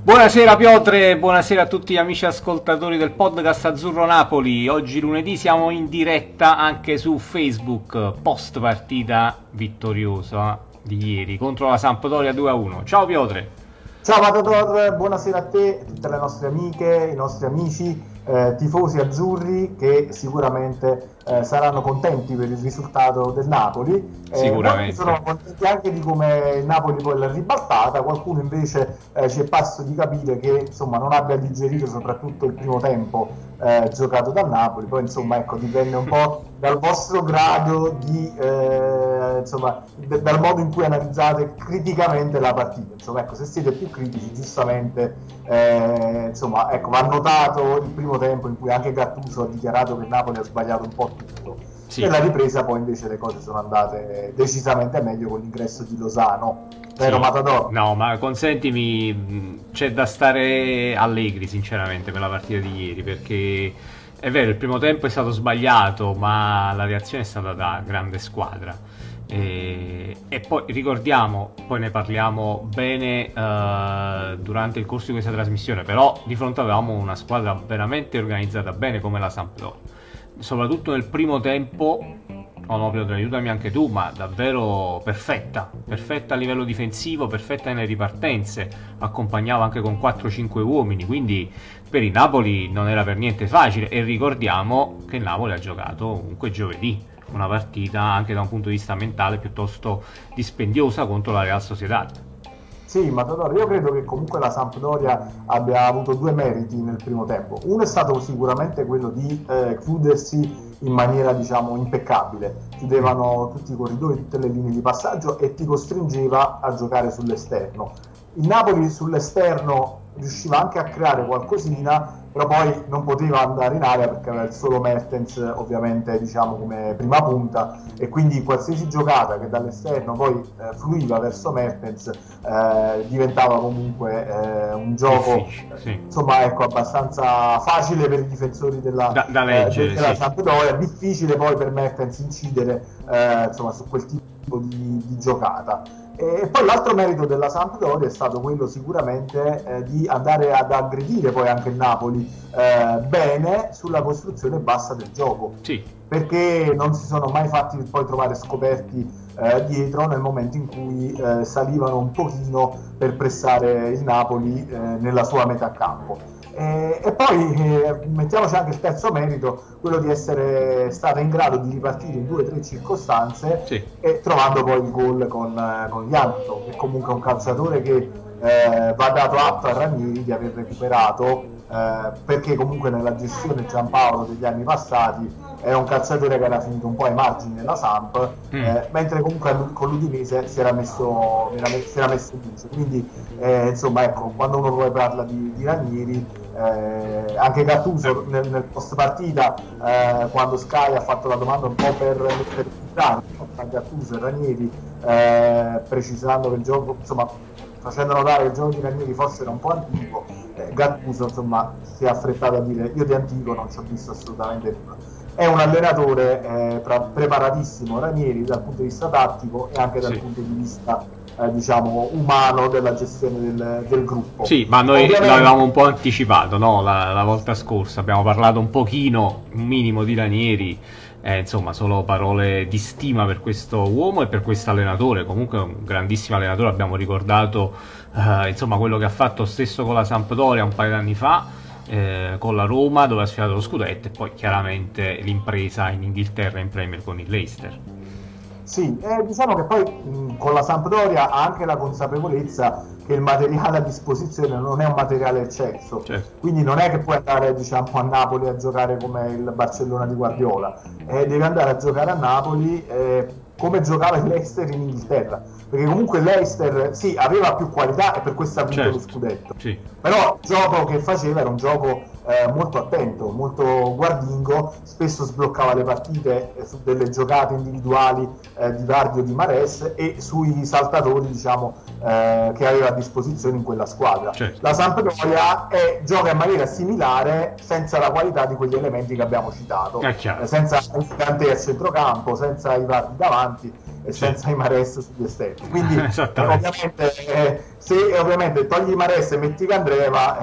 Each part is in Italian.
Buonasera Piotre, buonasera a tutti gli amici ascoltatori del podcast Azzurro Napoli. Oggi lunedì siamo in diretta anche su Facebook, post partita vittoriosa di ieri contro la Sampdoria 2-1. Ciao Piotre. Ciao Matador, buonasera a te, a tutte le nostre amiche, i nostri amici, tifosi azzurri che sicuramente saranno contenti per il risultato del Napoli. Sicuramente. Sono contenti anche di come il Napoli poi l'ha ribaltata, qualcuno invece ci è parso di capire che insomma non abbia digerito soprattutto il primo tempo giocato dal Napoli. Poi insomma ecco, dipende un po' dal vostro grado di insomma dal modo in cui analizzate criticamente la partita. Insomma ecco, se siete più critici giustamente insomma ecco, va notato il primo tempo in cui anche Gattuso ha dichiarato che il Napoli ha sbagliato un po' tutto. Sì. Per la ripresa poi invece le cose sono andate decisamente meglio con l'ingresso di Lozano, vero Sì. Matador? No, ma consentimi, c'è da stare allegri sinceramente per la partita di ieri, perché è vero, il primo tempo è stato sbagliato, ma la reazione è stata da grande squadra. E poi ricordiamo, poi ne parliamo bene durante il corso di questa trasmissione, però di fronte avevamo una squadra veramente organizzata bene come la Sampdoria, soprattutto nel primo tempo. Oh no, Piotr, aiutami anche tu, ma davvero perfetta a livello difensivo, perfetta nelle ripartenze, accompagnava anche con 4-5 uomini, quindi per il Napoli non era per niente facile. E ricordiamo che il Napoli ha giocato comunque giovedì, una partita anche da un punto di vista mentale piuttosto dispendiosa contro la Real Sociedad. Sì, Matador, io credo che comunque la Sampdoria abbia avuto due meriti nel primo tempo. Uno è stato sicuramente quello di chiudersi in maniera, diciamo, impeccabile. Chiudevano tutti i corridoi, tutte le linee di passaggio e ti costringeva a giocare sull'esterno. Il Napoli sull'esterno riusciva anche a creare qualcosina, però poi non poteva andare in area perché aveva il solo Mertens ovviamente, diciamo, come prima punta, e quindi qualsiasi giocata che dall'esterno poi fluiva verso Mertens diventava comunque un gioco sì. Insomma ecco, abbastanza facile per i difensori della leggere, sì. Sampdoria, difficile poi per Mertens incidere insomma su quel tipo di giocata. E poi l'altro merito della Sampdoria è stato quello sicuramente di andare ad aggredire poi anche il Napoli bene sulla costruzione bassa del gioco, Sì. perché non si sono mai fatti poi trovare scoperti dietro nel momento in cui salivano un pochino per pressare il Napoli nella sua metà campo. E poi mettiamoci anche il terzo merito, quello di essere stata in grado di ripartire in 2 o 3 circostanze, Sì. e trovando poi il gol con Janto, che comunque è un calciatore che va dato atto a Ranieri di aver recuperato, perché comunque nella gestione Giampaolo degli anni passati è un calciatore che era finito un po' ai margini della Samp, mentre comunque con l'Udinese si era messo in luce. Quindi insomma ecco, quando uno poi parla di Ranieri, anche Gattuso nel post partita, quando Sky ha fatto la domanda un po' per mettere tra Gattuso e Ranieri, precisando che il gioco, insomma facendo notare che il gioco di Ranieri forse era un po' antico, Gattuso insomma si è affrettato a dire: io di antico non ci ho visto assolutamente nulla. È un allenatore preparatissimo Ranieri dal punto di vista tattico e anche dal punto di vista diciamo umano della gestione del gruppo. Sì, ma noi l'avevamo un po' anticipato, no? La volta scorsa abbiamo parlato un pochino, un minimo di Ranieri, insomma solo parole di stima per questo uomo e per questo allenatore, comunque un grandissimo allenatore. Abbiamo ricordato insomma quello che ha fatto stesso con la Sampdoria un paio d'anni fa, con la Roma dove ha sfidato lo scudetto, e poi chiaramente l'impresa in Inghilterra in Premier con il Leicester. Sì, diciamo che poi con la Sampdoria ha anche la consapevolezza che il materiale a disposizione non è un materiale eccesso, Certo. quindi non è che puoi andare, diciamo, a Napoli a giocare come il Barcellona di Guardiola, devi andare a giocare a Napoli come giocava il Leicester in Inghilterra, perché comunque il Leicester sì, aveva più qualità e per questo ha vinto lo scudetto, sì. Però il gioco che faceva era un gioco molto attento, molto guardingo, spesso sbloccava le partite su delle giocate individuali di Vardy o di Mahrez e sui saltatori, diciamo, che aveva a disposizione in quella squadra. Certo. La Sampdoria gioca in maniera similare, senza la qualità di quegli elementi che abbiamo citato, senza il Kanté a centrocampo, senza i Vardy davanti, e senza i Mares sugli esterni. Quindi se ovviamente togli i Mares e metti Candreva,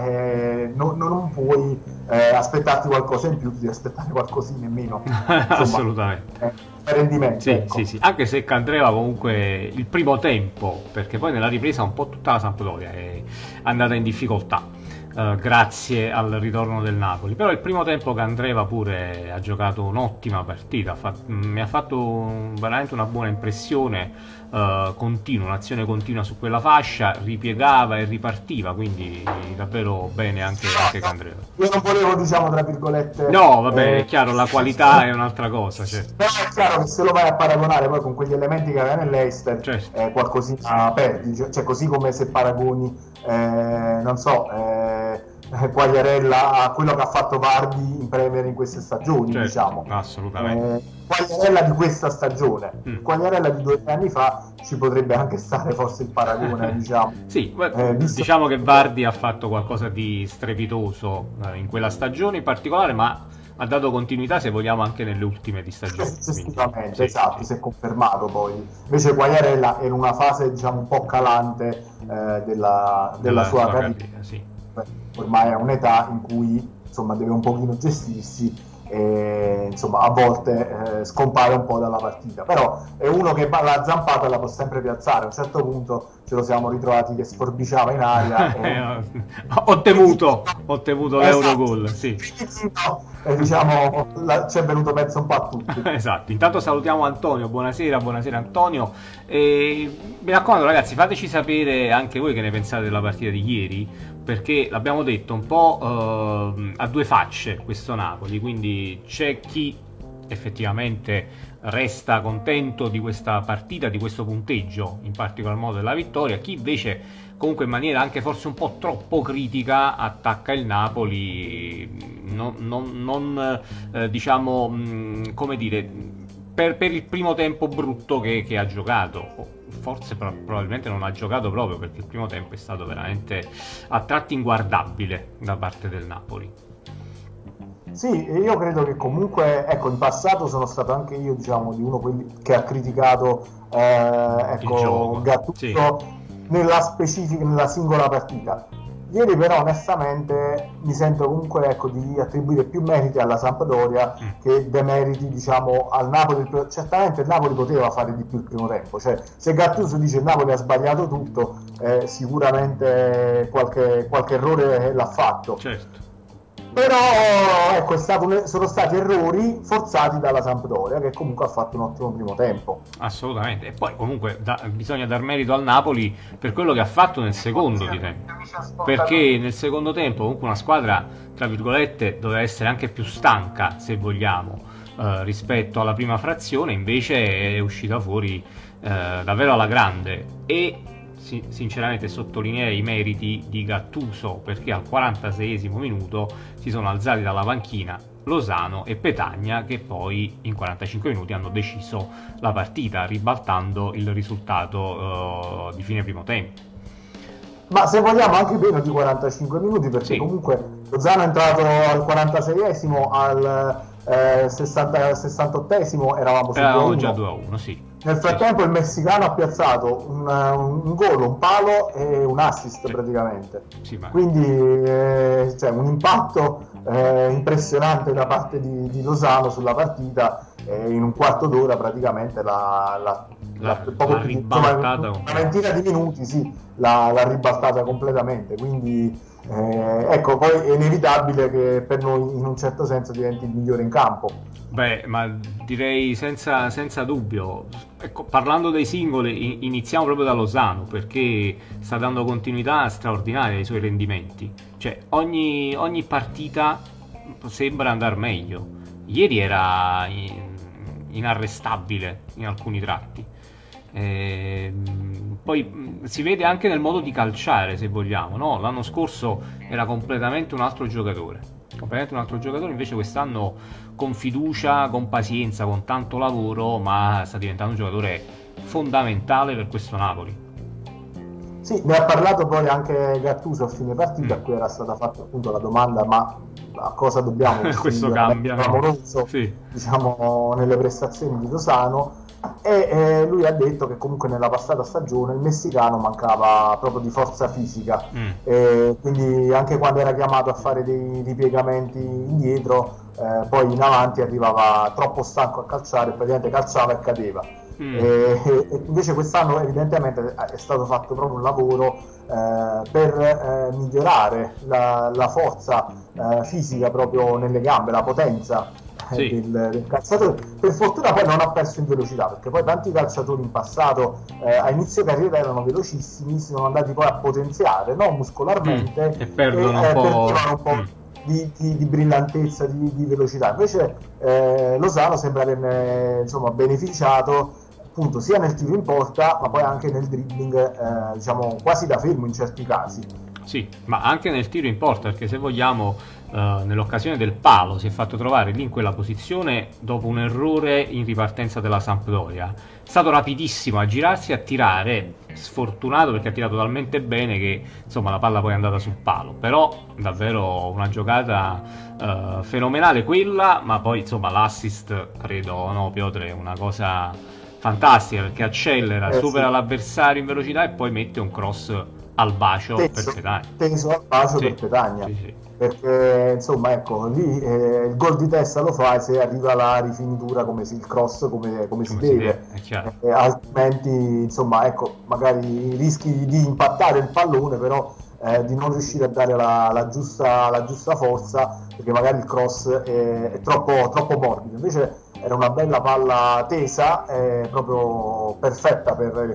non puoi aspettarti qualcosa in più, devi aspettare qualcosina in meno. Assolutamente. Rendimento, sì, ecco. sì, sì, anche se Candreva comunque il primo tempo, perché poi nella ripresa un po' tutta la Sampdoria è andata in difficoltà. Grazie al ritorno del Napoli, però il primo tempo Candreva pure ha giocato un'ottima partita, mi ha fatto veramente una buona impressione, un'azione continua su quella fascia, ripiegava e ripartiva, quindi davvero bene anche Candreva. Io non volevo, diciamo, tra virgolette, no, vabbè, è chiaro, la qualità è un'altra cosa, certo. Però è chiaro che se lo vai a paragonare poi con quegli elementi che aveva nell'Eister, certo. Qualcosina perdi, cioè così come se paragoni non so, Quagliarella a quello che ha fatto Vardy in Premier in queste stagioni, certo, diciamo. Assolutamente. Quagliarella di questa stagione, Quagliarella di 2 anni fa ci potrebbe anche stare forse il paragone, diciamo. Sì, diciamo che Vardy ha fatto qualcosa di strepitoso in quella stagione in particolare, ma ha dato continuità, se vogliamo, anche nelle ultime di stagione. Effettivamente, sì, esatto, sì. Si è confermato poi. Invece Quagliarella è in una fase, diciamo, un po' calante della sua carriera. Sì. Ormai è un'età in cui, insomma, deve un pochino gestirsi e, insomma, a volte scompare un po' dalla partita, però è uno che la zampata la può sempre piazzare. A un certo punto ce lo siamo ritrovati che sforbiciava in aria ho temuto l'Eurogol, sì. Diciamo, ci è venuto mezzo un po' a tutti. Esatto. Intanto salutiamo Antonio, buonasera Antonio, e mi raccomando ragazzi, fateci sapere anche voi che ne pensate della partita di ieri, perché l'abbiamo detto un po' a due facce questo Napoli, quindi c'è chi effettivamente resta contento di questa partita, di questo punteggio, in particolar modo della vittoria, chi invece comunque in maniera anche forse un po' troppo critica attacca il Napoli, diciamo, come dire, per il primo tempo brutto che ha giocato. Forse probabilmente non ha giocato proprio, perché il primo tempo è stato veramente a tratti inguardabile da parte del Napoli. Sì, io credo che comunque, ecco, in passato sono stato anche io, diciamo, di uno quelli che ha criticato Gattuso, sì, nella specifica, nella singola partita. Ieri però onestamente mi sento comunque, ecco, di attribuire più meriti alla Sampdoria che demeriti, diciamo, al Napoli. Certamente il Napoli poteva fare di più il primo tempo, cioè se Gattuso dice il Napoli ha sbagliato tutto, sicuramente qualche errore l'ha fatto. Certo. Però ecco, sono stati errori forzati dalla Sampdoria, che comunque ha fatto un ottimo primo tempo. Assolutamente. E poi comunque bisogna dar merito al Napoli per quello che ha fatto nel secondo di tempo, perché nel secondo tempo comunque una squadra, tra virgolette, doveva essere anche più stanca, se vogliamo, rispetto alla prima frazione, invece è uscita fuori davvero alla grande. E sinceramente sottolineerei i meriti di Gattuso, perché al 46esimo minuto si sono alzati dalla panchina Lozano e Petagna, che poi in 45 minuti hanno deciso la partita, ribaltando il risultato di fine primo tempo. Ma se vogliamo anche meno di 45 minuti, perché sì, comunque Lozano è entrato al 46esimo, al 68esimo eravamo già 2-1, sì. Nel frattempo il messicano ha piazzato un gol, un palo e un assist, sì, praticamente. Sì, quindi cioè, un impatto impressionante da parte di Lozano sulla partita, in un quarto d'ora praticamente l'ha ribaltata, una ventina di minuti, sì, l'ha ribaltata completamente. Quindi ecco, poi è inevitabile che per noi in un certo senso diventi il migliore in campo. Beh, ma direi senza dubbio. Ecco, parlando dei singoli, iniziamo proprio da Lozano, perché sta dando continuità straordinaria ai suoi rendimenti. Cioè, ogni partita sembra andare meglio. Ieri era inarrestabile in alcuni tratti. Poi si vede anche nel modo di calciare, se vogliamo, no? L'anno scorso era completamente un altro giocatore, invece quest'anno con fiducia, con pazienza, con tanto lavoro, ma sta diventando un giocatore fondamentale per questo Napoli. Sì, ne ha parlato poi anche Gattuso a fine partita, a cui era stata fatta appunto la domanda: ma a cosa dobbiamo questo cambia, clamoroso, sì. diciamo, nelle prestazioni di Lozano. E lui ha detto che comunque nella passata stagione il messicano mancava proprio di forza fisica, quindi anche quando era chiamato a fare dei ripiegamenti indietro, poi in avanti arrivava troppo stanco a calciare, praticamente calciava e cadeva. E invece quest'anno evidentemente è stato fatto proprio un lavoro per migliorare la forza fisica proprio nelle gambe, la potenza del calciatore. Per fortuna poi non ha perso in velocità, perché poi tanti calciatori in passato a inizio carriera erano velocissimi, si sono andati poi a potenziare, no? Muscolarmente, e perdono un po', di brillantezza, di velocità. Invece Lozano sembra averne, insomma, beneficiato appunto sia nel tiro in porta, ma poi anche nel dribbling, diciamo quasi da fermo in certi casi. Sì, ma anche nel tiro in porta, perché se vogliamo nell'occasione del palo si è fatto trovare lì in quella posizione dopo un errore in ripartenza della Sampdoria. È stato rapidissimo a girarsi e a tirare, sfortunato perché ha tirato talmente bene che insomma la palla poi è andata sul palo, però davvero una giocata fenomenale quella, ma poi insomma l'assist, credo, no Piotr, è una cosa fantastica, perché accelera, supera l'avversario in velocità e poi mette un cross al bacio per Petagna. Teso al bacio per Petagna. Perché insomma ecco lì il gol di testa lo fa se arriva la rifinitura il cross come si deve, altrimenti insomma ecco magari rischi di impattare il pallone, però di non riuscire a dare la giusta forza, perché magari il cross è troppo morbido. Invece era una bella palla tesa, proprio perfetta per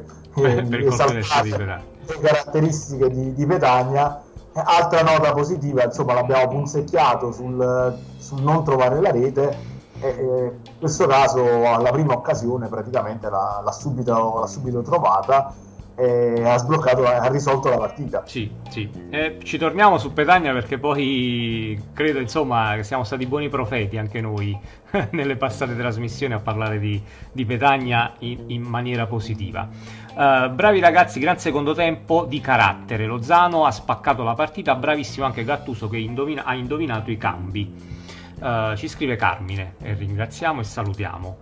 esaltare le caratteristiche di Petagna. Altra nota positiva, insomma, l'abbiamo punzecchiato sul non trovare la rete, e in questo caso alla prima occasione praticamente l'ha subito trovata e ha risolto la partita. Sì. Ci torniamo su Petagna, perché poi credo insomma che siamo stati buoni profeti anche noi nelle passate trasmissioni a parlare di Petagna in maniera positiva. Bravi ragazzi, gran secondo tempo di carattere. Lozano ha spaccato la partita, bravissimo anche Gattuso che ha indovinato i cambi. Ci scrive Carmine e ringraziamo e salutiamo.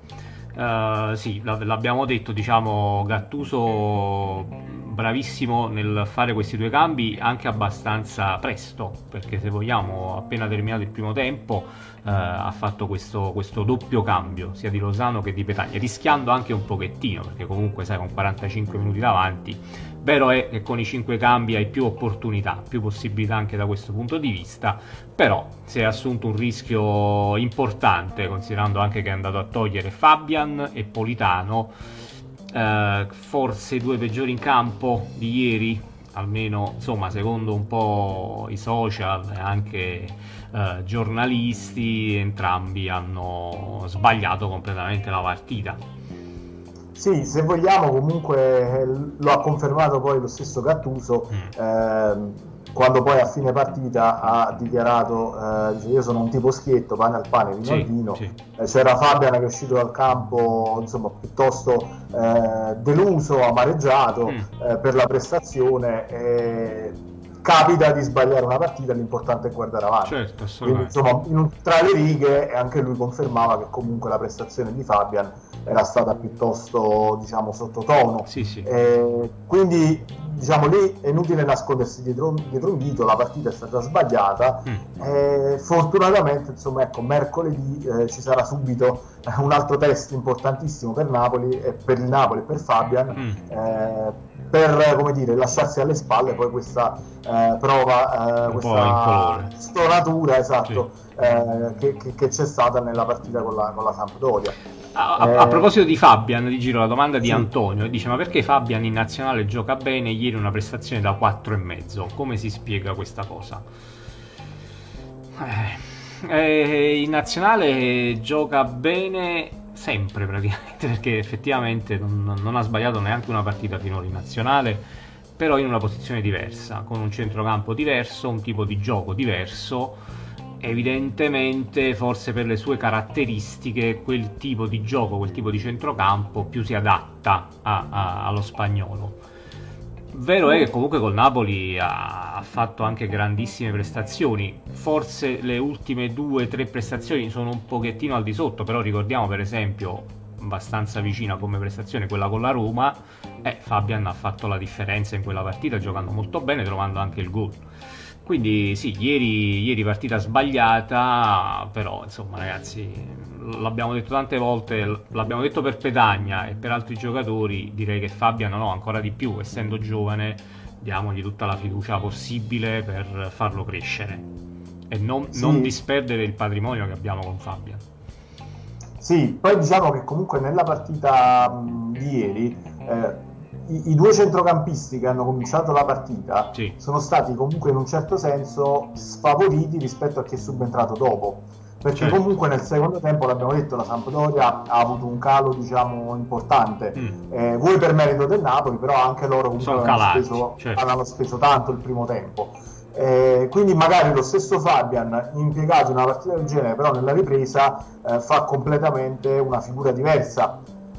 Sì, l'abbiamo detto, diciamo, Gattuso bravissimo nel fare questi due cambi anche abbastanza presto, perché se vogliamo appena terminato il primo tempo ha fatto questo doppio cambio sia di Lozano che di Petagna, rischiando anche un pochettino, perché comunque sai, con 45 minuti davanti, vero è che con i 5 cambi hai più opportunità, più possibilità anche da questo punto di vista, però si è assunto un rischio importante, considerando anche che è andato a togliere Fabian e Politano, forse i due peggiori in campo di ieri, almeno insomma secondo un po' i social e anche giornalisti. Entrambi hanno sbagliato completamente la partita. Sì, se vogliamo comunque lo ha confermato poi lo stesso Gattuso, quando poi a fine partita ha dichiarato dice, io sono un tipo schietto, pane al pane, vino al vino. C'era Fabian che è uscito dal campo insomma piuttosto deluso, amareggiato per la prestazione. Capita di sbagliare una partita, l'importante è guardare avanti. Quindi, insomma, tra le righe anche lui confermava che comunque la prestazione di Fabian era stata piuttosto, diciamo, sottotono. Quindi, diciamo, lì è inutile nascondersi dietro un dito, la partita è stata sbagliata. Fortunatamente, insomma, ecco, mercoledì ci sarà subito un altro test importantissimo per Napoli, per il Napoli e per Fabian, per, come dire, lasciarsi alle spalle poi questa prova, questa stonatura, esatto, che c'è stata nella partita con la Sampdoria. A proposito di Fabian, ti giro la domanda di Antonio, dice: ma perché Fabian in nazionale gioca bene, ieri una prestazione da 4,5? Come si spiega questa cosa? In nazionale gioca bene sempre praticamente, perché effettivamente non ha sbagliato neanche una partita finora in nazionale, però in una posizione diversa, con un centrocampo diverso, un tipo di gioco diverso. Evidentemente forse per le sue caratteristiche quel tipo di gioco, quel tipo di centrocampo più si adatta allo spagnolo. Vero è che comunque col Napoli ha fatto anche grandissime prestazioni, forse le ultime 2 o 3 prestazioni sono un pochettino al di sotto, però ricordiamo per esempio abbastanza vicina come prestazione quella con la Roma, Fabian ha fatto la differenza in quella partita giocando molto bene, trovando anche il gol. Quindi sì, ieri partita sbagliata, però insomma ragazzi, l'abbiamo detto tante volte, l'abbiamo detto per Petagna e per altri giocatori, direi che Fabian no, ancora di più, essendo giovane, diamogli tutta la fiducia possibile per farlo crescere e non disperdere il patrimonio che abbiamo con Fabian. Sì, poi diciamo che comunque nella partita di ieri i 2 centrocampisti che hanno cominciato la partita sono stati comunque in un certo senso sfavoriti rispetto a chi è subentrato dopo, perché comunque nel secondo tempo, l'abbiamo detto, la Sampdoria ha avuto un calo diciamo importante, voi per merito del Napoli, però anche loro comunque hanno speso tanto il primo tempo. Quindi magari lo stesso Fabian impiegato in una partita del genere, però nella ripresa fa completamente una figura diversa.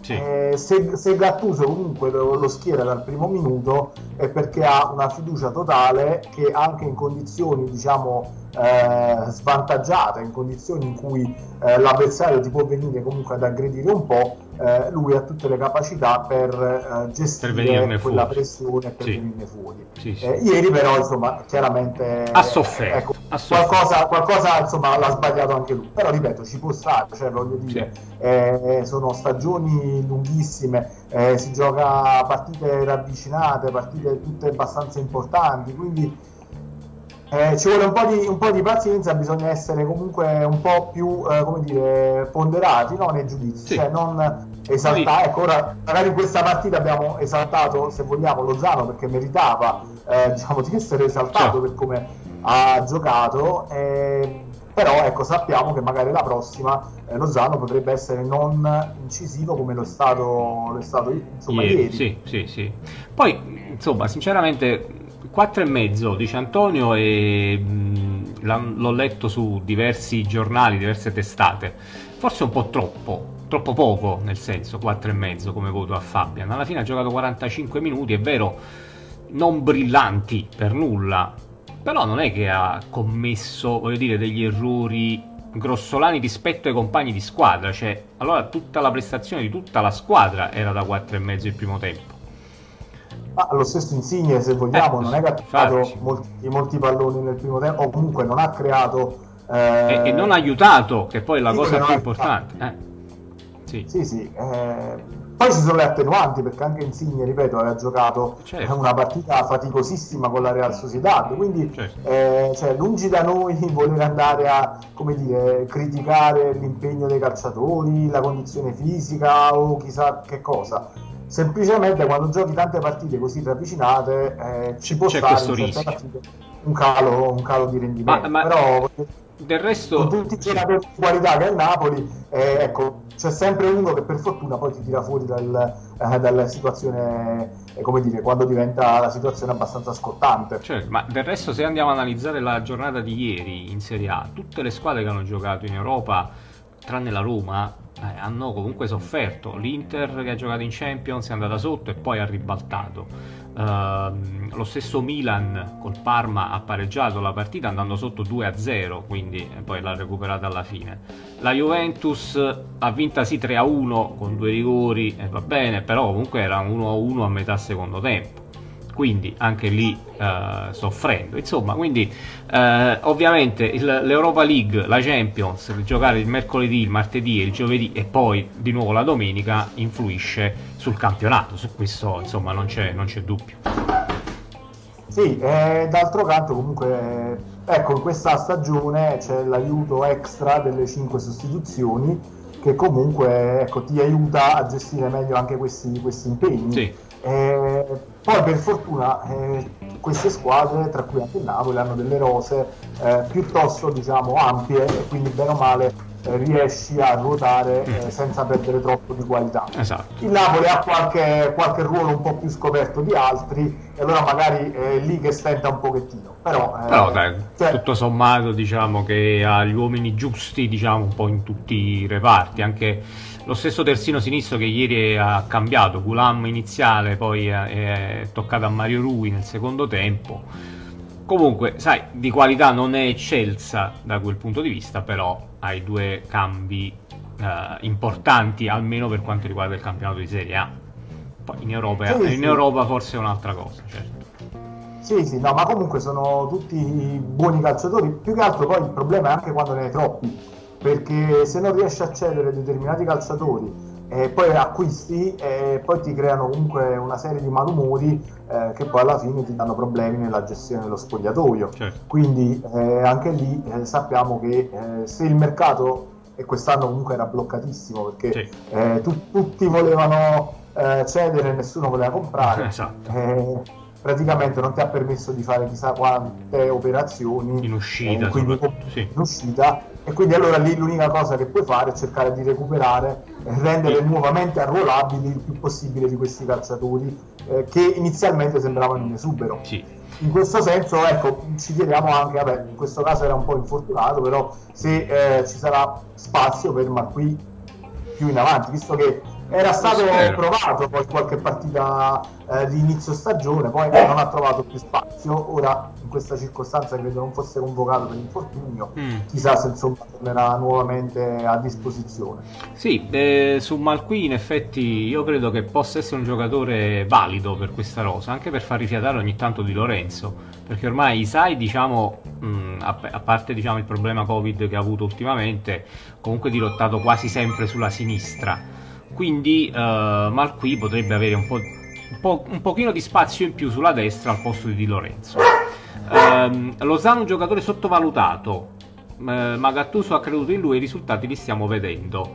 Se Gattuso comunque lo schiera dal primo minuto è perché ha una fiducia totale che anche in condizioni diciamo svantaggiate, in condizioni in cui l'avversario ti può venire comunque ad aggredire un po', lui ha tutte le capacità per gestire quella pressione e per venirne fuori. Ieri però insomma chiaramente ha sofferto, qualcosa insomma l'ha sbagliato anche lui, però ripeto ci può stare, cioè voglio dire sono stagioni lunghissime, si gioca partite ravvicinate, partite tutte abbastanza importanti, quindi ci vuole un po' di pazienza, bisogna essere comunque un po' più come dire ponderati, no? Nei giudizi, cioè non esaltare. Ecco, ora magari in questa partita abbiamo esaltato, se vogliamo, Lozano perché meritava diciamo di essere esaltato per come ha giocato, però ecco, sappiamo che magari la prossima Lozano potrebbe essere non incisivo come lo è stato insomma ieri. Sì. Poi insomma sinceramente 4,5 dice Antonio, e l'ho letto su diversi giornali, diverse testate, forse un po' troppo poco, nel senso 4,5 come voto a Fabian. Alla fine ha giocato 45 minuti, è vero, non brillanti per nulla, però non è che ha commesso, voglio dire, degli errori grossolani rispetto ai compagni di squadra, cioè allora tutta la prestazione di tutta la squadra era da 4,5 il primo tempo. Lo stesso Insigne, se vogliamo, non è che ha toccato molti palloni nel primo tempo, o comunque non ha creato e non ha aiutato, che poi è la cosa più importante. Sì. Poi ci sono le attenuanti, perché anche Insigne, ripeto, aveva giocato una partita faticosissima con la Real Sociedad, quindi cioè, lungi da noi voler andare a, come dire, criticare l'impegno dei calciatori, la condizione fisica o chissà che cosa. Semplicemente quando giochi tante partite così ravvicinate ci può stare in certe partite un calo di rendimento, però del resto con tutti i giocatori di qualità che è il Napoli, ecco, c'è sempre uno che per fortuna poi ti tira fuori dalla situazione, come dire, quando diventa la situazione abbastanza scottante. Ma del resto, se andiamo a analizzare la giornata di ieri in Serie A, tutte le squadre che hanno giocato in Europa, tranne la Roma, hanno comunque sofferto. L'Inter, che ha giocato in Champions, è andata sotto e poi ha ribaltato. Lo stesso Milan col Parma ha pareggiato la partita andando sotto 2-0, quindi poi l'ha recuperata alla fine. La Juventus ha vinta sì 3-1 con 2 rigori, va bene, però comunque era 1-1 a metà secondo tempo, quindi anche lì soffrendo, insomma. Quindi ovviamente l'Europa League, la Champions, giocare il mercoledì, il martedì e il giovedì e poi di nuovo la domenica influisce sul campionato, su questo insomma non c'è dubbio. Sì, d'altro canto comunque ecco, in questa stagione c'è l'aiuto extra delle 5 sostituzioni che comunque ecco, ti aiuta a gestire meglio anche questi impegni. Poi per fortuna queste squadre, tra cui anche il Napoli, hanno delle rose piuttosto diciamo ampie, e quindi bene o male riesci a ruotare senza perdere troppo di qualità. Esatto. Il Napoli ha qualche ruolo un po' più scoperto di altri e allora magari è lì che stenta un pochettino, però dai, tutto sommato diciamo che ha gli uomini giusti, diciamo, un po' in tutti i reparti, anche lo stesso terzino sinistro che ieri ha cambiato, Gulam iniziale, poi è toccato a Mario Rui nel secondo tempo. Comunque, sai, di qualità non è eccelsa da quel punto di vista, però hai due cambi importanti, almeno per quanto riguarda il campionato di Serie A. Poi in Europa forse è un'altra cosa, certo. Sì, no, ma comunque sono tutti buoni calciatori, più che altro poi il problema è anche quando ne hai troppi, perché se non riesci a cedere determinati calciatori e poi acquisti e poi ti creano comunque una serie di malumori che poi alla fine ti danno problemi nella gestione dello spogliatoio. Certo. Quindi anche lì sappiamo che se il mercato, e quest'anno comunque era bloccatissimo perché tutti volevano cedere e nessuno voleva comprare, esatto. Praticamente non ti ha permesso di fare chissà quante operazioni in uscita, in uscita, e quindi allora lì l'unica cosa che puoi fare è cercare di recuperare e rendere nuovamente arruolabili il più possibile di questi calciatori che inizialmente sembravano in esubero. In questo senso, ecco, ci chiediamo anche, vabbè, in questo caso era un po' infortunato, però se ci sarà spazio per Marquis più in avanti, visto che era stato provato poi qualche partita di inizio stagione, poi non ha trovato più spazio. Ora in questa circostanza credo non fosse convocato per infortunio, chissà se insomma tornerà nuovamente a disposizione. Sì, su Marquis in effetti io credo che possa essere un giocatore valido per questa rosa, anche per far rifiatare ogni tanto Di Lorenzo, perché ormai Isai, diciamo, a parte diciamo il problema Covid che ha avuto ultimamente, comunque dirottato quasi sempre sulla sinistra. Quindi Marquis potrebbe avere un pochino di spazio in più sulla destra al posto di Lorenzo. Lozano è un giocatore sottovalutato, ma Gattuso ha creduto in lui e i risultati li stiamo vedendo.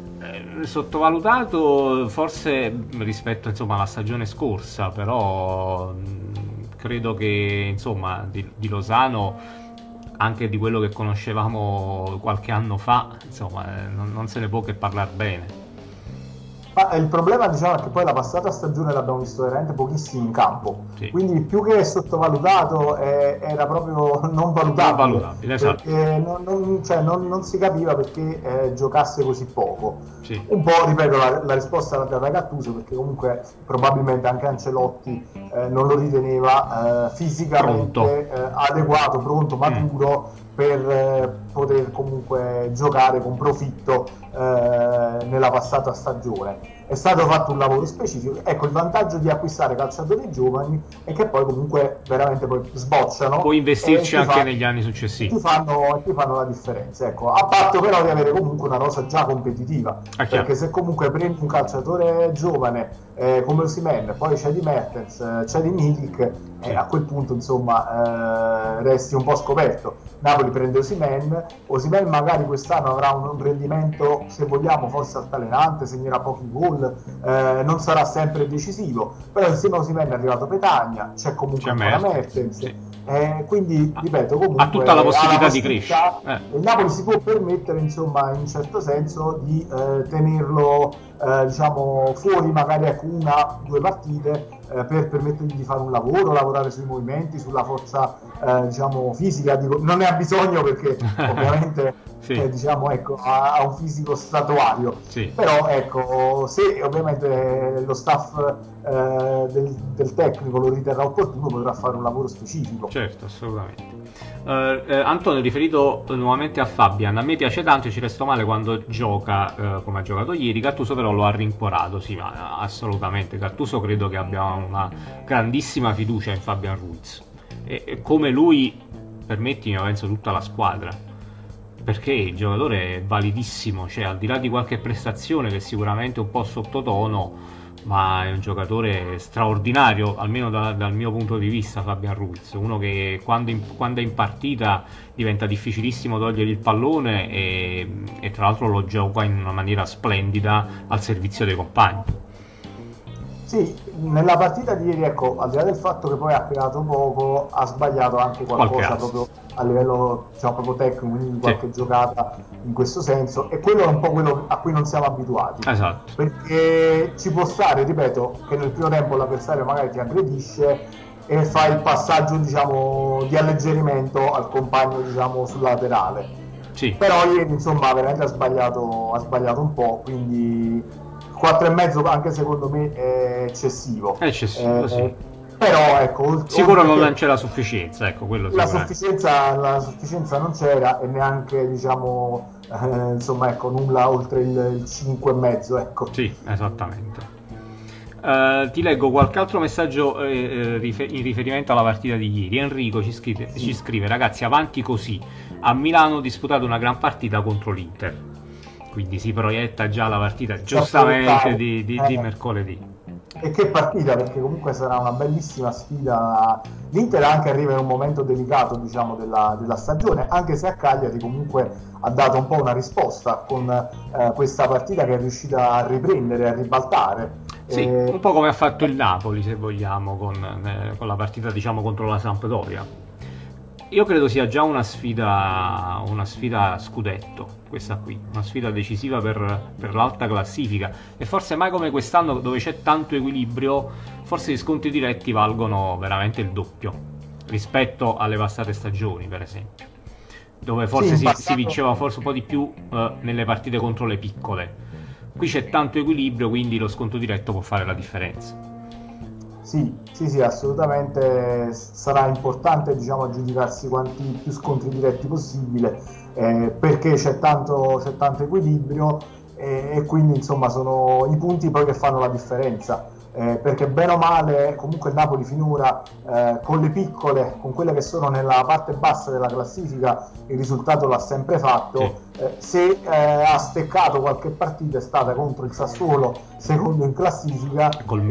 Sottovalutato forse rispetto insomma alla stagione scorsa, però credo che insomma di Lozano, anche di quello che conoscevamo qualche anno fa, insomma non se ne può che parlare bene. Ma il problema, diciamo, è che poi la passata stagione l'abbiamo visto veramente pochissimo in campo, quindi più che sottovalutato era proprio non valutabile, esatto. Perché non si capiva perché giocasse così poco. Un po', ripeto, la risposta l'ha data Gattuso, perché comunque probabilmente anche Ancelotti non lo riteneva fisicamente adeguato, pronto, maturo per poter comunque giocare con profitto nella passata stagione. È stato fatto un lavoro specifico. Ecco, il vantaggio di acquistare calciatori giovani è che poi comunque veramente poi sbocciano, puoi investirci anche negli anni successivi, ti fanno la differenza, ecco, a patto però di avere comunque una rosa già competitiva, perché se comunque prendi un calciatore giovane come Osimhen, poi c'è di Mertens, c'è di Milik, a quel punto insomma resti un po' scoperto. Napoli prende Osimhen magari quest'anno avrà un rendimento, se vogliamo, forse altalenante, segnerà pochi gol, non sarà sempre decisivo, però insieme a Osimhen è arrivato Petagna, c'è comunque ancora Mertens, quindi ripeto, comunque ha tutta la possibilità di crescere. Il Napoli si può permettere, insomma, in un certo senso di tenerlo diciamo fuori magari ecco 1-2 partite per permettergli di fare un lavoro, lavorare sui movimenti, sulla forza diciamo fisica. Non ne ha bisogno perché ovviamente diciamo ecco ha un fisico statuario, però ecco se ovviamente lo staff del tecnico lo riterrà opportuno, potrà fare un lavoro specifico. Certo, assolutamente. Antonio, riferito nuovamente a Fabian, a me piace tanto e ci resto male quando gioca come ha giocato ieri. Gattuso però lo ha rincuorato, sì, ma assolutamente. Gattuso credo che abbia una grandissima fiducia in Fabian Ruiz e come lui, permettimi, penso tutta la squadra, perché il giocatore è validissimo, cioè al di là di qualche prestazione che sicuramente è un po' sottotono, ma è un giocatore straordinario, almeno dal mio punto di vista. Fabian Ruiz, uno che quando è in partita diventa difficilissimo togliergli il pallone e tra l'altro lo gioca in una maniera splendida al servizio dei compagni. Sì, nella partita di ieri, ecco, al di là del fatto che poi ha creato poco, ha sbagliato anche qualcosa proprio a livello, diciamo, proprio tecnico, quindi qualche giocata in questo senso, e quello è un po' quello a cui non siamo abituati. Esatto. Perché ci può stare, ripeto, che nel primo tempo l'avversario magari ti aggredisce e fa il passaggio, diciamo, di alleggerimento al compagno, diciamo, sul laterale. Sì. Però ieri, insomma, veramente ha sbagliato un po', quindi 4,5 anche secondo me è eccessivo. È eccessivo, sì. Però ecco, sicuro non c'è la sufficienza, ecco, quello la sufficienza non c'era, e neanche, diciamo, insomma, ecco, nulla oltre il 5,5, ecco. Sì, esattamente. Ti leggo qualche altro messaggio in riferimento alla partita di ieri. Enrico ci scrive: ragazzi, avanti così, a Milano ho disputato una gran partita contro l'Inter, quindi si proietta già la partita giustamente di mercoledì. E che partita, perché comunque sarà una bellissima sfida. L'Inter anche arriva in un momento delicato, diciamo, della stagione, anche se a Cagliari comunque ha dato un po' una risposta con questa partita, che è riuscita a riprendere, a ribaltare. Sì, un po' come ha fatto il Napoli, se vogliamo, con la partita, diciamo, contro la Sampdoria. Io credo sia già una sfida a scudetto, questa qui, una sfida decisiva per l'alta classifica, e forse mai come quest'anno, dove c'è tanto equilibrio, forse gli scontri diretti valgono veramente il doppio rispetto alle passate stagioni, per esempio, dove forse si vinceva forse un po' di più nelle partite contro le piccole. Qui c'è tanto equilibrio, quindi lo scontro diretto può fare la differenza. Sì, assolutamente sarà importante, diciamo, aggiudicarsi quanti più scontri diretti possibile, perché c'è tanto equilibrio, e quindi, insomma, sono i punti poi che fanno la differenza, perché bene o male comunque il Napoli finora, con le piccole, con quelle che sono nella parte bassa della classifica, il risultato l'ha sempre fatto. Se ha steccato qualche partita è stata contro il Sassuolo, secondo in classifica,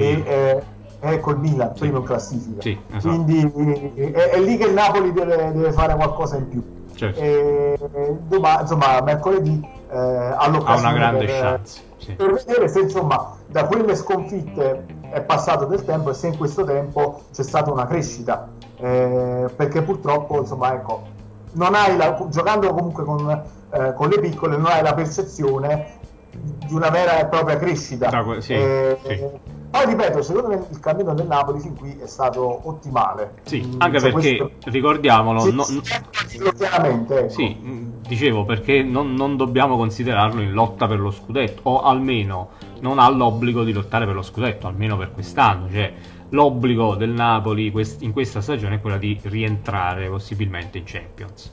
col Milan, primo in classifica. Sì, esatto. Quindi è lì che il Napoli deve fare qualcosa in più. Certo. Insomma, mercoledì ha l'occasione, ha una grande chance, sì, per vedere se, insomma, da quelle sconfitte è passato del tempo, e se in questo tempo c'è stata una crescita, perché purtroppo, insomma, ecco, non hai giocando comunque con le piccole, non hai la percezione di una vera e propria crescita. Sì. Poi ripeto, secondo me il cammino del Napoli fin qui è stato ottimale. Sì, anche perché, ricordiamolo, chiaramente, ecco. Sì, dicevo, perché non dobbiamo considerarlo in lotta per lo scudetto, o almeno non ha l'obbligo di lottare per lo scudetto, almeno per quest'anno. Cioè, l'obbligo del Napoli in questa stagione è quello di rientrare possibilmente in Champions.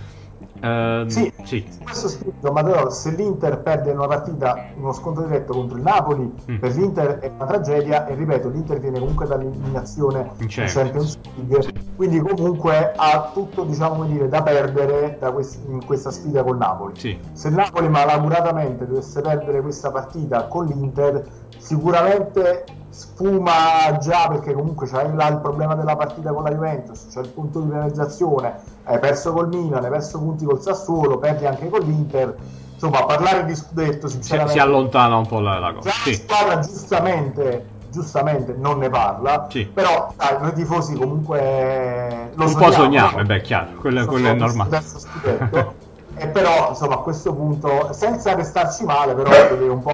Sì. Questo scritto, ma però, se l'Inter perde una partita, uno scontro diretto contro il Napoli, per l'Inter è una tragedia, e ripeto, l'Inter viene comunque dall'eliminazione in Champions League, quindi comunque ha tutto, diciamo, come dire, da perdere in questa sfida col Napoli. Se il Napoli malauguratamente dovesse perdere questa partita con l'Inter, sicuramente sfuma già, perché comunque c'è là il problema della partita con la Juventus, c'è il punto di penalizzazione, hai perso col Milan, hai perso punti col Sassuolo, perdi anche con l'Inter. Insomma, parlare di scudetto sinceramente si allontana un po' la cosa. La squadra giustamente non ne parla, però dai, noi tifosi comunque lo un po' sogniamo, beh, chiaro, quello è normale. E però, insomma, a questo punto, senza restarci male, però deve un po'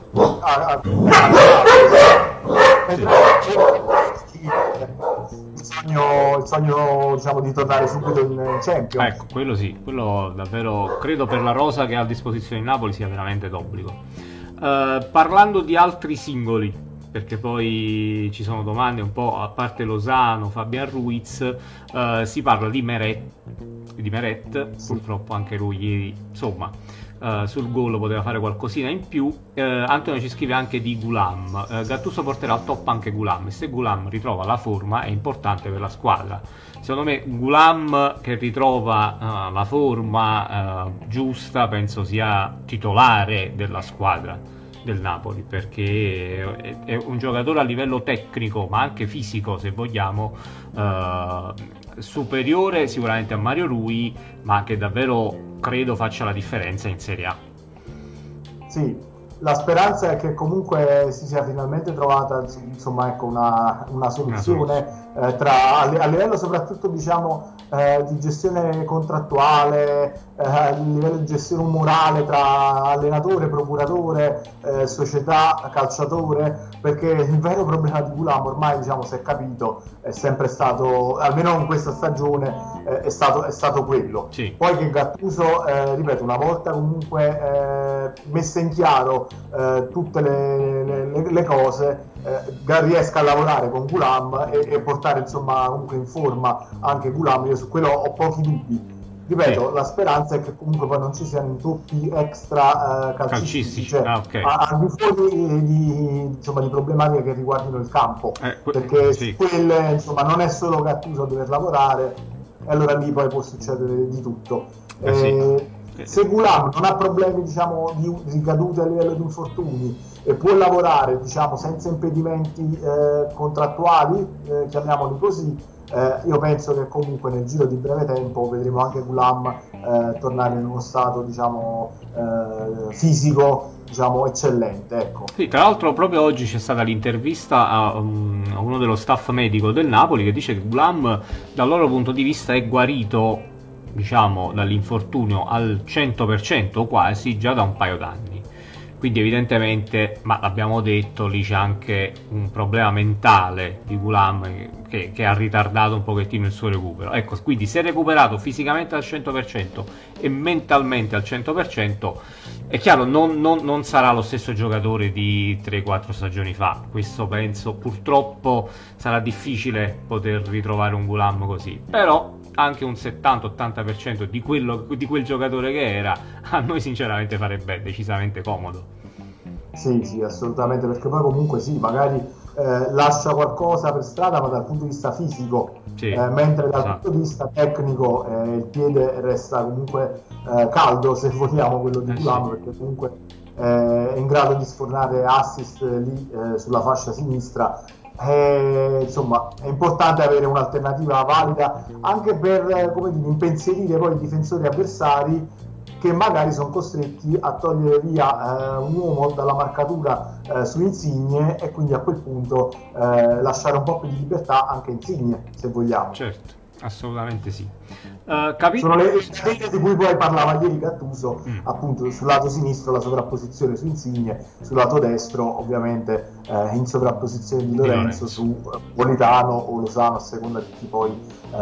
il sogno, diciamo, di tornare subito in Champions. Ecco, quello sì, quello davvero credo, per la rosa che ha a disposizione il Napoli, sia veramente d'obbligo. Parlando di altri singoli, perché poi ci sono domande un po', a parte Lozano, Fabian Ruiz, si parla di Meret, purtroppo anche lui ieri, insomma, sul gol poteva fare qualcosina in più. Antonio ci scrive anche di Gulam. Gattuso porterà al top anche Gulam, e se Gulam ritrova la forma è importante per la squadra. Secondo me Gulam che ritrova la forma giusta, penso sia titolare della squadra del Napoli, perché è un giocatore a livello tecnico, ma anche fisico, se vogliamo, superiore sicuramente a Mario Rui, ma che davvero credo faccia la differenza in Serie A. Sì, la speranza è che comunque si sia finalmente trovata, insomma, ecco, una soluzione a livello soprattutto, diciamo, di gestione contrattuale, a livello di gestione morale tra allenatore, procuratore, società, calciatore, perché il vero problema di Ghulam ormai, diciamo, si è capito, è sempre stato, almeno in questa stagione, è stato quello. Sì. Poi che Gattuso, ripeto, una volta comunque messe in chiaro tutte le cose, riesca a lavorare con Ghulam e portare, insomma, comunque in forma anche Ghulam. Io su quello ho pochi dubbi. Ripeto, Sì. la speranza è che comunque poi non ci siano intoppi extra calcistici, cioè, okay. al di fuori di problematiche che riguardino il campo, perché sì. quelle, insomma, non è solo Gattuso a dover lavorare, e allora lì poi può succedere di tutto. Sì. Se Ghulam non ha problemi, diciamo, di ricadute a livello di infortuni e può lavorare, diciamo, senza impedimenti contrattuali, chiamiamoli così, io penso che comunque nel giro di breve tempo vedremo anche Ghulam tornare in uno stato, diciamo, fisico, diciamo, eccellente, ecco. Sì, tra l'altro proprio oggi c'è stata l'intervista a uno dello staff medico del Napoli che dice che Ghulam dal loro punto di vista è guarito, diciamo, dall'infortunio al 100% o quasi già da un paio d'anni. Quindi evidentemente, ma l'abbiamo detto, lì c'è anche un problema mentale di Ghulam che ha ritardato un pochettino il suo recupero. Ecco, quindi se è recuperato fisicamente al 100% e mentalmente al 100%, è chiaro, non sarà lo stesso giocatore di 3-4 stagioni fa. Questo penso, purtroppo sarà difficile poter ritrovare un Ghulam così. Però anche un 70-80% di quel giocatore che era, a noi sinceramente farebbe decisamente comodo. Sì, assolutamente, perché poi comunque sì, magari lascia qualcosa per strada, ma dal punto di vista fisico, sì, mentre dal punto di vista tecnico il piede resta comunque caldo, se vogliamo, quello di Ghulam, sì, perché comunque è in grado di sfornare assist lì sulla fascia sinistra. Insomma, è importante avere un'alternativa valida anche per, come dire, impensierire poi i difensori avversari che magari sono costretti a togliere via un uomo dalla marcatura su Insigne, e quindi a quel punto lasciare un po' più di libertà anche Insigne, se vogliamo. Certo, assolutamente sì. Sono le catene di cui poi parlava ieri Gattuso, appunto sul lato sinistro la sovrapposizione su Insigne, sul lato destro ovviamente in sovrapposizione di Lorenzo su Politano o Lozano, a seconda di chi poi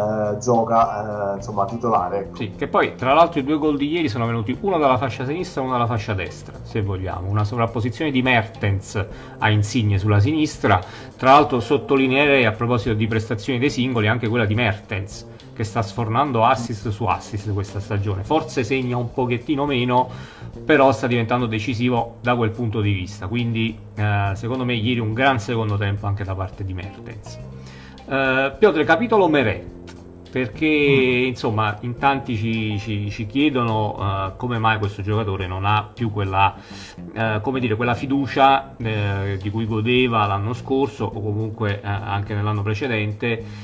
gioca, insomma, titolare, ecco. Sì, che poi tra l'altro i due gol di ieri sono venuti uno dalla fascia sinistra e uno dalla fascia destra, se vogliamo, una sovrapposizione di Mertens a Insigne sulla sinistra. Tra l'altro sottolineerei, a proposito di prestazioni dei singoli, anche quella di Mertens, che sta sfornando assist su assist questa stagione. Forse segna un pochettino meno, però sta diventando decisivo da quel punto di vista. Quindi secondo me ieri un gran secondo tempo anche da parte di Mertens. Piotr, capitolo Meret, perché insomma in tanti ci chiedono come mai questo giocatore non ha più quella, come dire, quella fiducia di cui godeva l'anno scorso o comunque anche nell'anno precedente.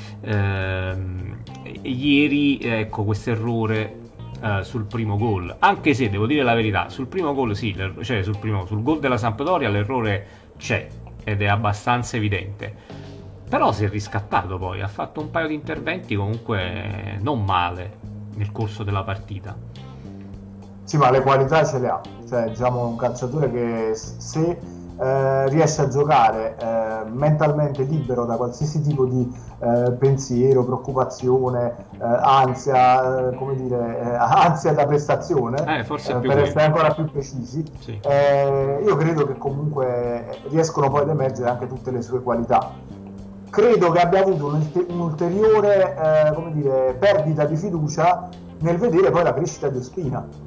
Ieri, ecco, questo errore sul primo gol, anche se devo dire la verità, sul primo gol sì, cioè sul gol della Sampdoria l'errore c'è ed è abbastanza evidente, però si è riscattato, poi ha fatto un paio di interventi comunque non male nel corso della partita. Sì, ma le qualità ce le ha, cioè diciamo un calciatore che se riesce a giocare mentalmente libero da qualsiasi tipo di pensiero, preoccupazione, ansia, come dire, ansia da prestazione, forse per essere ancora più precisi, sì. Io credo che comunque riescono poi ad emergere anche tutte le sue qualità. Credo che abbia avuto un'ulteriore come dire, perdita di fiducia nel vedere poi la crescita di Ospina.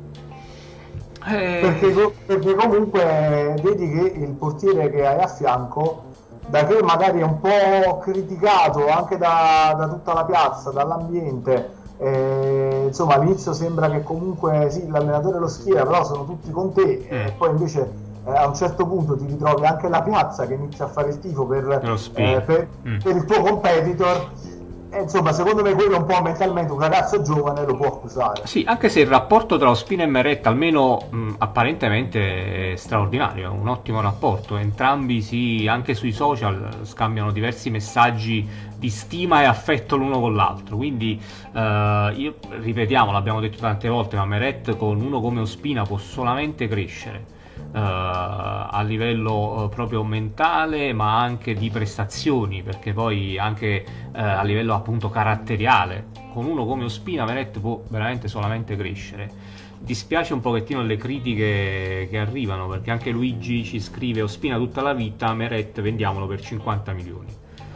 Perché comunque vedi che il portiere che hai a fianco, da che magari è un po' criticato anche da tutta la piazza, dall'ambiente, insomma all'inizio sembra che comunque sì, l'allenatore lo schiera, però sono tutti con te, e poi invece a un certo punto ti ritrovi anche la piazza che inizia a fare il tifo per il tuo competitor. insomma, secondo me quello un po' mentalmente un ragazzo giovane lo può accusare. Sì, anche se il rapporto tra Ospina e Meret almeno apparentemente è straordinario, è un ottimo rapporto, entrambi anche sui social scambiano diversi messaggi di stima e affetto l'uno con l'altro, quindi ripetiamo, l'abbiamo detto tante volte, ma Meret con uno come Ospina può solamente crescere. A livello proprio mentale, ma anche di prestazioni, perché poi anche a livello appunto caratteriale con uno come Ospina Meret può veramente solamente crescere. Dispiace un pochettino le critiche che arrivano, perché anche Luigi ci scrive: Ospina tutta la vita, Meret vendiamolo per 50 milioni.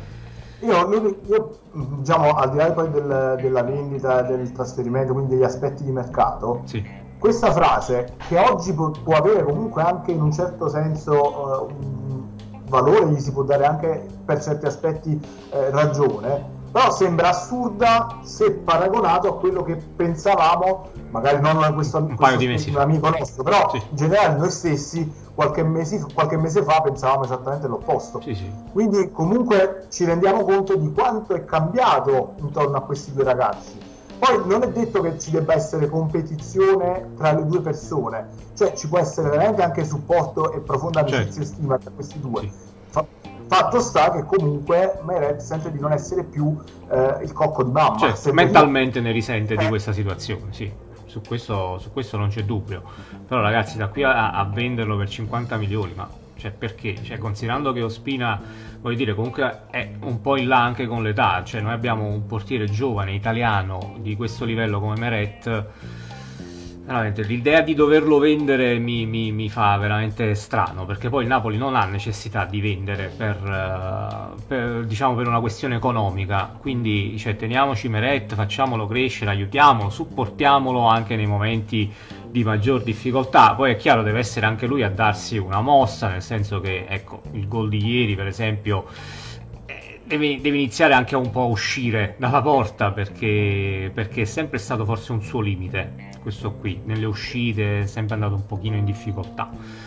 Io diciamo, al di là poi della vendita, del trasferimento, quindi degli aspetti di mercato, sì, questa frase, che oggi può avere comunque anche in un certo senso un valore, gli si può dare anche per certi aspetti ragione, però sembra assurda se paragonato a quello che pensavamo, magari non un paio di mesi un amico nostro, però sì, in generale noi stessi qualche mese fa pensavamo esattamente l'opposto. Sì, sì. Quindi comunque ci rendiamo conto di quanto è cambiato intorno a questi due ragazzi. Poi non è detto che ci debba essere competizione tra le due persone, cioè ci può essere veramente anche supporto e profonda amicizia e stima tra questi due. Sì. Fatto sta che comunque Meret sente di non essere più il cocco di mamma. Certo, mentalmente ne risente di questa situazione, sì. Su questo non c'è dubbio. Però ragazzi, da qui a venderlo per 50 milioni, ma cioè, perché? Cioè, considerando che Ospina, voglio dire, comunque è un po' in là anche con l'età, cioè noi abbiamo un portiere giovane italiano di questo livello come Meret, veramente l'idea di doverlo vendere mi fa veramente strano, perché poi il Napoli non ha necessità di vendere diciamo per una questione economica, quindi cioè, teniamoci Meret, facciamolo crescere, aiutiamolo, supportiamolo anche nei momenti di maggior difficoltà. Poi è chiaro, deve essere anche lui a darsi una mossa, nel senso che ecco, il gol di ieri per esempio deve iniziare anche un po' a uscire dalla porta, perché è sempre stato forse un suo limite questo qui, nelle uscite è sempre andato un pochino in difficoltà.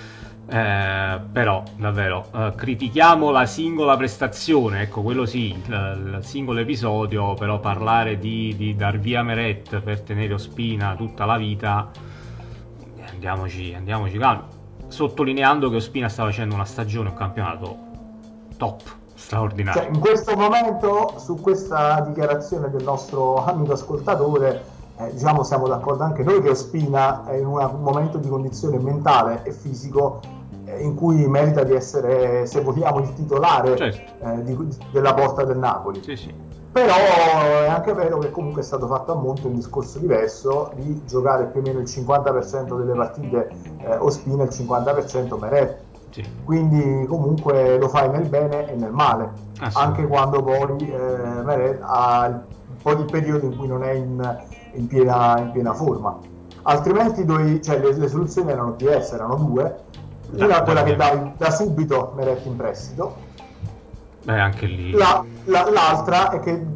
Però davvero critichiamo la singola prestazione, ecco, quello sì, il singolo episodio, però parlare di dar via Meret per tenere Ospina tutta la vita, andiamoci calmi, sottolineando che Ospina sta facendo una stagione, un campionato top, straordinario. Cioè, in questo momento, su questa dichiarazione del nostro amico ascoltatore, diciamo siamo d'accordo anche noi che Ospina è in un momento di condizione mentale e fisico in cui merita di essere, se vogliamo, il titolare, certo, della porta del Napoli. Sì, sì. Però è anche vero che comunque è stato fatto a monte un discorso diverso, di giocare più o meno il 50% delle partite Ospina e il 50% Meret. Sì. Quindi comunque lo fai nel bene e nel male, anche quando poi Meret ha un po' di periodo in cui non è in piena forma. Altrimenti le soluzioni erano diverse, erano due. Una quella che dai da subito Meret in prestito, anche lì l'altra è che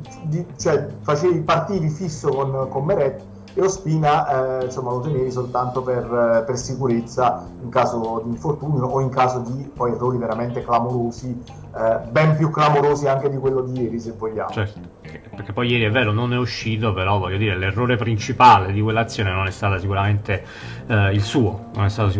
partivi fisso con Meret e Ospina insomma lo tenevi soltanto per sicurezza in caso di infortunio o in caso di poi errori veramente clamorosi, ben più clamorosi anche di quello di ieri, se vogliamo. Certo, perché poi ieri è vero non è uscito, però voglio dire l'errore principale di quell'azione non è stato sicuramente il suo.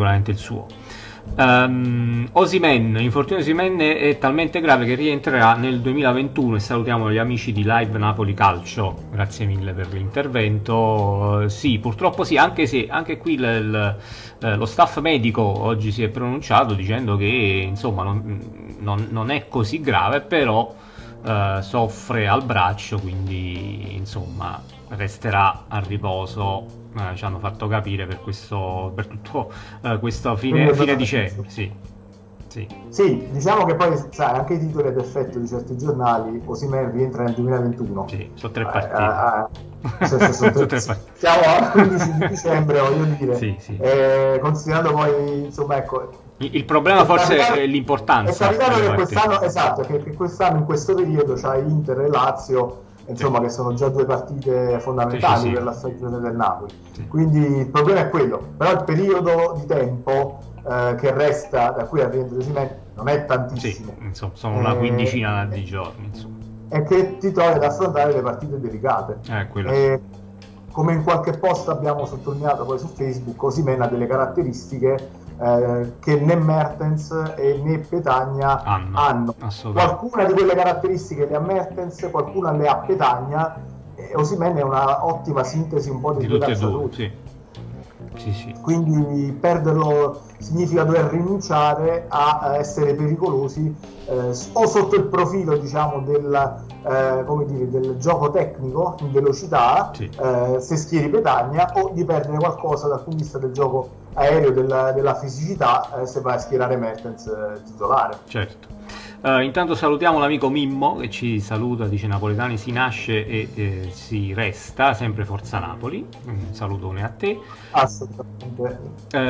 Osimhen, l'infortunio di Osimhen è talmente grave che rientrerà nel 2021 e salutiamo gli amici di Live Napoli Calcio, grazie mille per l'intervento. Sì, purtroppo sì, anche se anche qui lo staff medico oggi si è pronunciato dicendo che insomma non è così grave, però soffre al braccio, quindi insomma resterà a riposo. Ci hanno fatto capire per tutto questo fine dicembre. Sì, diciamo che poi sai, anche i titoli ad effetto di certi giornali, Osimhen rientra nel 2021. Sì, sono 3 partite. Siamo al 15 di dicembre, voglio dire. Sì. Considerando poi, insomma, ecco, il problema forse è l'importanza. È capitato che quest'anno, esatto, che quest'anno in questo periodo c'hai Inter e Lazio, insomma, che sono già due partite fondamentali per la stagione del Napoli. Quindi il problema è quello, però il periodo di tempo che resta da qui al rientro di Osimhen non è tantissimo. Insomma, sono una quindicina di giorni, insomma. è che ti trovi ad affrontare le partite delicate. E come in qualche post abbiamo sottolineato poi su Facebook, Osimhen ha delle caratteristiche che né Mertens né Petagna hanno. Qualcuna di quelle caratteristiche le ha Mertens, qualcuna le ha Petagna, e Osimhen è una ottima sintesi un po' di due calciatori. Sì. Quindi perderlo significa dover rinunciare a essere pericolosi o sotto il profilo, diciamo, del gioco tecnico in velocità, se schieri Petagna, o di perdere qualcosa dal punto di vista del gioco aereo, della fisicità, se vai a schierare Mertens titolare. Certo. Intanto salutiamo l'amico Mimmo che ci saluta, dice: Napoletani si nasce e si resta, sempre Forza Napoli. Un salutone a te. Assolutamente.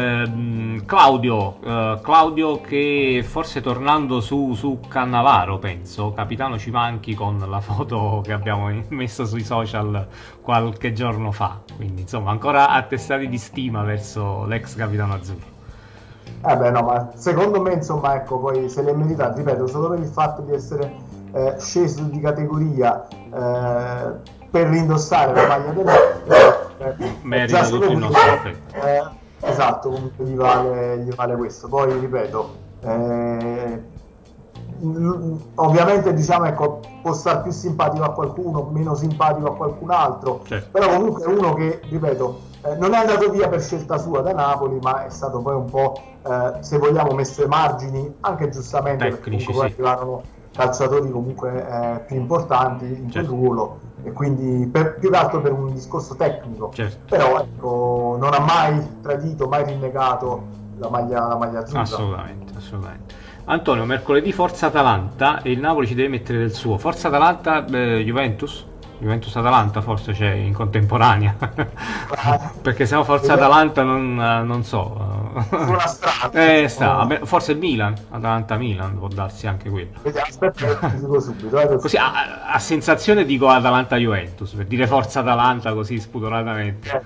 Claudio che forse tornando su Cannavaro, penso, capitano ci manchi, con la foto che abbiamo messo sui social qualche giorno fa, quindi insomma ancora attestati di stima verso l'ex capitano azzurro. No, ma secondo me, insomma, ecco, poi se l'è meritato, ripeto, solo per il fatto di essere sceso di categoria per rindossare la maglia del merita tutto il nostro affetto. Esatto, comunque gli vale questo. Poi ripeto, ovviamente, diciamo, ecco, può star più simpatico a qualcuno, meno simpatico a qualcun altro, però comunque è uno che, ripeto, non è andato via per scelta sua da Napoli, ma è stato poi un po', se vogliamo, messo ai margini, anche giustamente, tecnici, perché comunque arrivarono calciatori comunque più importanti in quel ruolo, e quindi più che altro per un discorso tecnico. Però ecco, non ha mai tradito, mai rinnegato la maglia azzurra. Assolutamente. Antonio, mercoledì Forza Atalanta e il Napoli ci deve mettere del suo. Forza Atalanta, Juventus-Atalanta forse c'è in contemporanea, perché se no Forza Atalanta non so. Sulla strada. Forse Milan, Atalanta-Milan può darsi anche quello. Aspetta, ti dico subito. Così a sensazione dico Atalanta-Juventus, per dire Forza Atalanta così spudoratamente.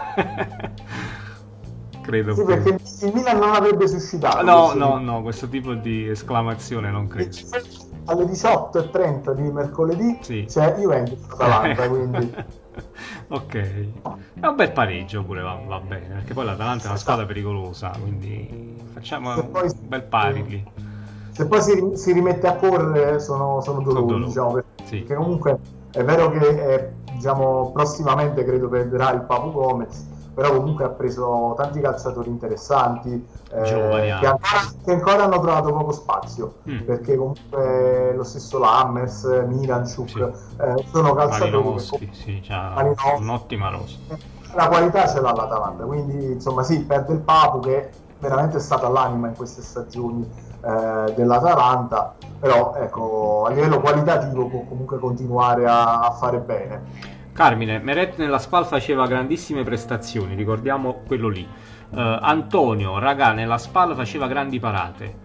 Credo. Sì, perché il Milan non avrebbe suscitato. No, questo tipo di esclamazione non credo. Alle 18:30 di mercoledì c'è Juventus-Atalanta, quindi ok, è un bel pareggio pure, va bene, perché poi l'Atalanta è una squadra pericolosa, quindi facciamo un bel pari lì. Se poi si rimette a correre sono dolori, diciamo, perché comunque è vero che diciamo, prossimamente credo perderà il Papu Gomez, però comunque ha preso tanti calciatori interessanti, che ancora hanno trovato poco spazio, perché comunque lo stesso Lammers, Miranchuk, sono calciatori c'ha un'ottima rosa. La qualità ce l'ha l'Atalanta, quindi insomma perde il Papu, che veramente è stata l'anima in queste stagioni dell'Atalanta, però ecco, a livello qualitativo può comunque continuare a fare bene. Carmine, Meret nella SPAL faceva grandissime prestazioni, ricordiamo quello lì. Antonio, nella SPAL faceva grandi parate.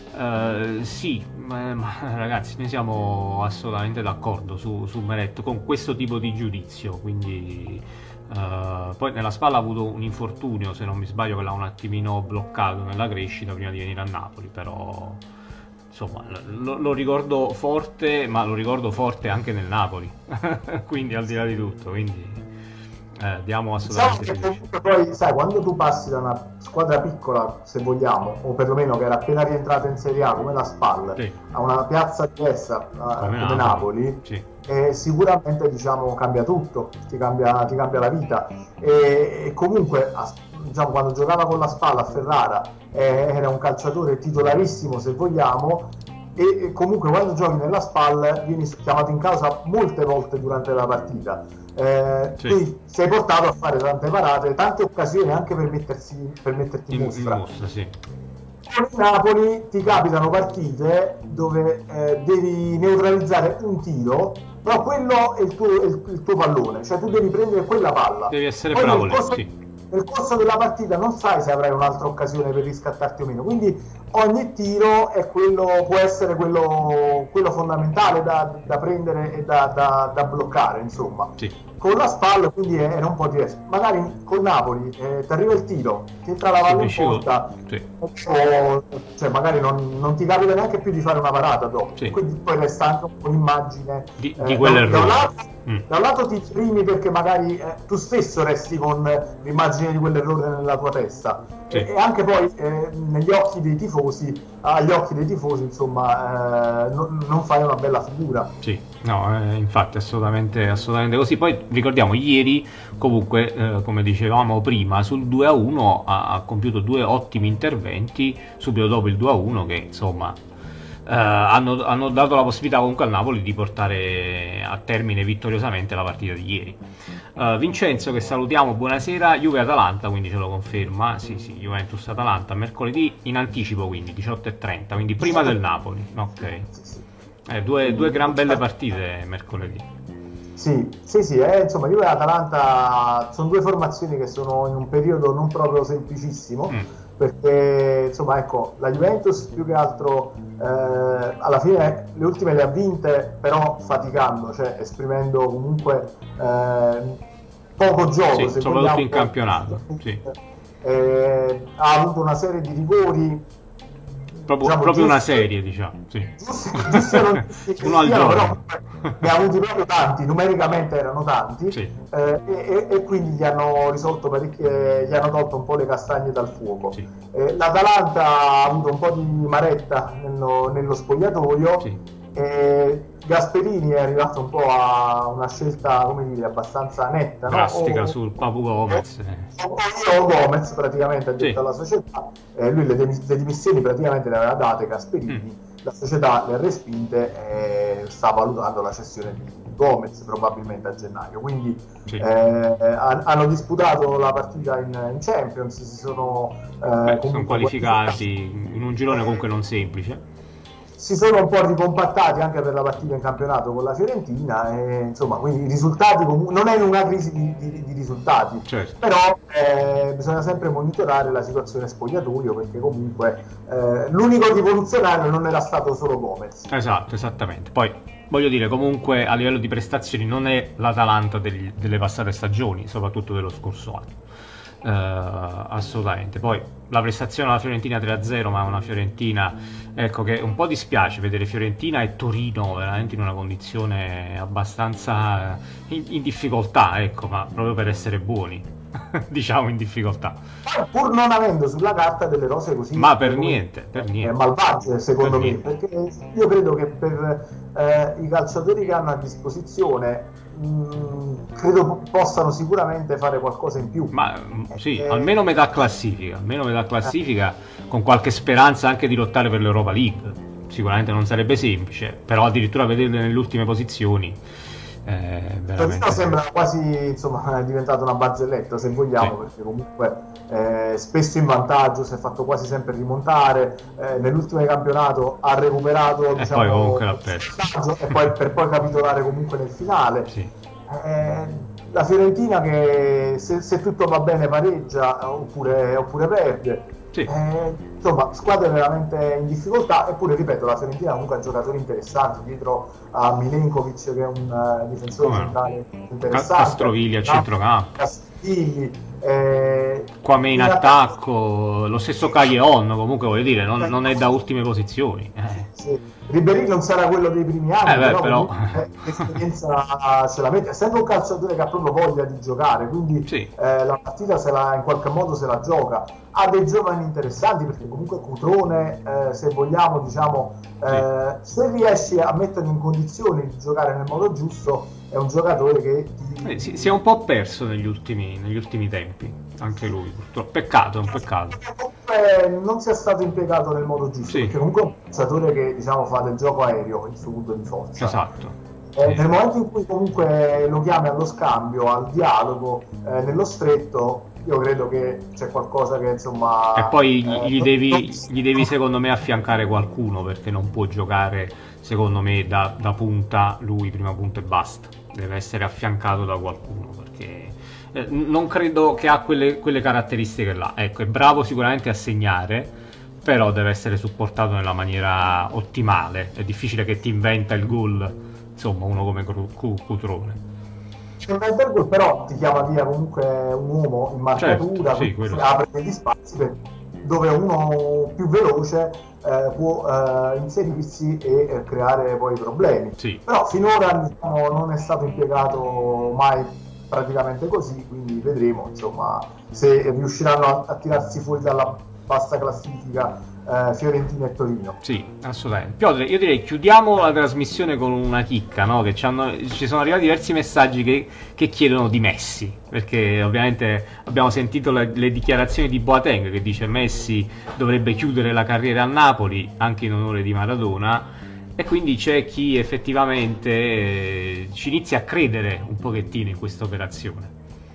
Ma ragazzi, noi siamo assolutamente d'accordo su Meret con questo tipo di giudizio, quindi poi nella SPAL ha avuto un infortunio, se non mi sbaglio, che l'ha un attimino bloccato nella crescita prima di venire a Napoli, però insomma lo ricordo forte, ma lo ricordo forte anche nel Napoli quindi al di là di tutto, quindi diamo assolutamente comunque poi sai, quando tu passi da una squadra piccola, se vogliamo, o perlomeno che era appena rientrata in Serie A come la SPAL, a una piazza diversa come Napoli, sicuramente diciamo cambia tutto, ti cambia la vita, e comunque diciamo, quando giocava con la SPAL a Ferrara era un calciatore titolarissimo, se vogliamo, e comunque quando giochi nella SPAL vieni chiamato in causa molte volte durante la partita, quindi sei portato a fare tante parate, tante occasioni anche per metterti in mostra. Con il Napoli ti capitano partite dove devi neutralizzare un tiro, però quello è il tuo pallone, cioè tu devi prendere quella palla, devi essere bravo lì. Nel corso della partita non sai se avrai un'altra occasione per riscattarti o meno, quindi ogni tiro può essere quello fondamentale da prendere e da bloccare, insomma. con la spalla, quindi era un po' diverso. Magari col Napoli ti arriva il tiro, ti entra la palla in porta, cioè magari non ti capita neanche più di fare una parata dopo, quindi poi resta anche un'immagine di quell'errore. Da un lato ti primi perché magari tu stesso resti con l'immagine di quell'errore nella tua testa, e anche poi negli occhi dei tifosi, agli occhi dei tifosi, insomma, non fai una bella figura. Sì, no, infatti assolutamente così. Poi ricordiamo, ieri comunque, come dicevamo prima, sul 2-1 ha compiuto 2 ottimi interventi subito dopo il 2-1 che insomma hanno dato la possibilità comunque al Napoli di portare a termine vittoriosamente la partita di ieri. Vincenzo, che salutiamo, buonasera. Juve-Atalanta, quindi ce lo conferma. Sì, Juventus-Atalanta mercoledì in anticipo, quindi 18:30, quindi prima del Napoli. Ok, due gran belle partite mercoledì. Sì, insomma, Juve e Atalanta sono due formazioni che sono in un periodo non proprio semplicissimo, perché insomma, ecco, la Juventus più che altro alla fine le ultime le ha vinte, però faticando, cioè esprimendo comunque poco gioco, se soprattutto in campionato. Ha avuto una serie di rigori, proprio una serie, diciamo, uno al giorno, però ne ha avuti proprio tanti, numericamente erano tanti, e quindi gli hanno risolto parecchie, gli hanno tolto un po' le castagne dal fuoco. L'Atalanta ha avuto un po' di maretta nello spogliatoio, Gasperini è arrivato un po' a una scelta, come dire, abbastanza netta, drastica, no? Sul Papu Gomez. Gomez praticamente ha detto alla società, lui le dimissioni praticamente le aveva date Gasperini, la società le ha respinte e sta valutando la cessione di Gomez probabilmente a gennaio, quindi hanno disputato la partita in Champions, si sono qualificati in un girone comunque non semplice. Si sono un po' ricompattati anche per la partita in campionato con la Fiorentina, e insomma, quindi i risultati non è una crisi di risultati, però bisogna sempre monitorare la situazione spogliatoio, perché comunque l'unico rivoluzionario non era stato solo Gomez. Esattamente. Poi voglio dire, comunque a livello di prestazioni non è l'Atalanta delle passate stagioni, soprattutto dello scorso anno. Assolutamente. Poi la prestazione della Fiorentina 3-0, ma è una Fiorentina, ecco, che un po' dispiace vedere Fiorentina e Torino veramente in una condizione abbastanza in difficoltà, ecco, ma proprio per essere buoni diciamo in difficoltà, pur non avendo sulla carta delle rose così, ma per niente malvagie, secondo me, perché io credo che per i calciatori che hanno a disposizione credo possano sicuramente fare qualcosa in più, ma almeno metà classifica, con qualche speranza anche di lottare per l'Europa League. Sicuramente non sarebbe semplice, però addirittura vederle nelle ultime posizioni veramente... sembra quasi, insomma, è diventata una barzelletta, se vogliamo, perché comunque spesso in vantaggio, si è fatto quasi sempre rimontare, nell'ultimo campionato ha recuperato, diciamo, poi comunque l'ha perso, e poi per poi capitolare comunque nel finale. La Fiorentina che se tutto va bene pareggia oppure perde. Insomma, squadre veramente in difficoltà, eppure ripeto, la Fiorentina comunque ha giocatori interessanti dietro a Milenkovic, che è un difensore centrale interessante, Castrovilli a centrocampo, Kwame in attacco, lo stesso Callejon, comunque voglio dire, non è da ultime posizioni. Ribéry non sarà quello dei primi anni, però l'esperienza ce la mette, essendo un calciatore che ha proprio voglia di giocare, quindi la partita in qualche modo se la gioca. Ha dei giovani interessanti, perché comunque Cutrone, se vogliamo, diciamo, se riesci a metterlo in condizioni di giocare nel modo giusto, è un giocatore che si è un po' perso negli ultimi tempi, anche lui, purtroppo. È un peccato. Comunque non sia stato impiegato nel modo giusto, perché comunque è un calciatore che, diciamo, fa del gioco aereo il suo punto di forza. Esatto. Nel momento in cui comunque lo chiami allo scambio, al dialogo, nello stretto, io credo che c'è qualcosa che, insomma... E poi gli devi secondo me affiancare qualcuno, perché non può giocare, secondo me, da punta, lui prima punta e basta. Deve essere affiancato da qualcuno, perché non credo che ha quelle caratteristiche là. Ecco, è bravo sicuramente a segnare, però deve essere supportato nella maniera ottimale. È difficile che ti inventa il gol, insomma, uno come Cutrone. inventa il gol, però ti chiama via comunque un uomo in marcatura, certo, sì, apre degli spazi dove uno più veloce può inserirsi e creare poi problemi. Sì. Però finora diciamo, non è stato impiegato mai praticamente così, quindi vedremo insomma se riusciranno a tirarsi fuori dalla bassa classifica Fiorentina e Torino. Sì, assolutamente. Piotr, io direi chiudiamo la trasmissione con una chicca, no? Che ci sono arrivati diversi messaggi che chiedono di Messi, perché ovviamente abbiamo sentito le dichiarazioni di Boateng che dice Messi dovrebbe chiudere la carriera a Napoli anche in onore di Maradona, e quindi c'è chi effettivamente ci inizia a credere un pochettino in questa operazione.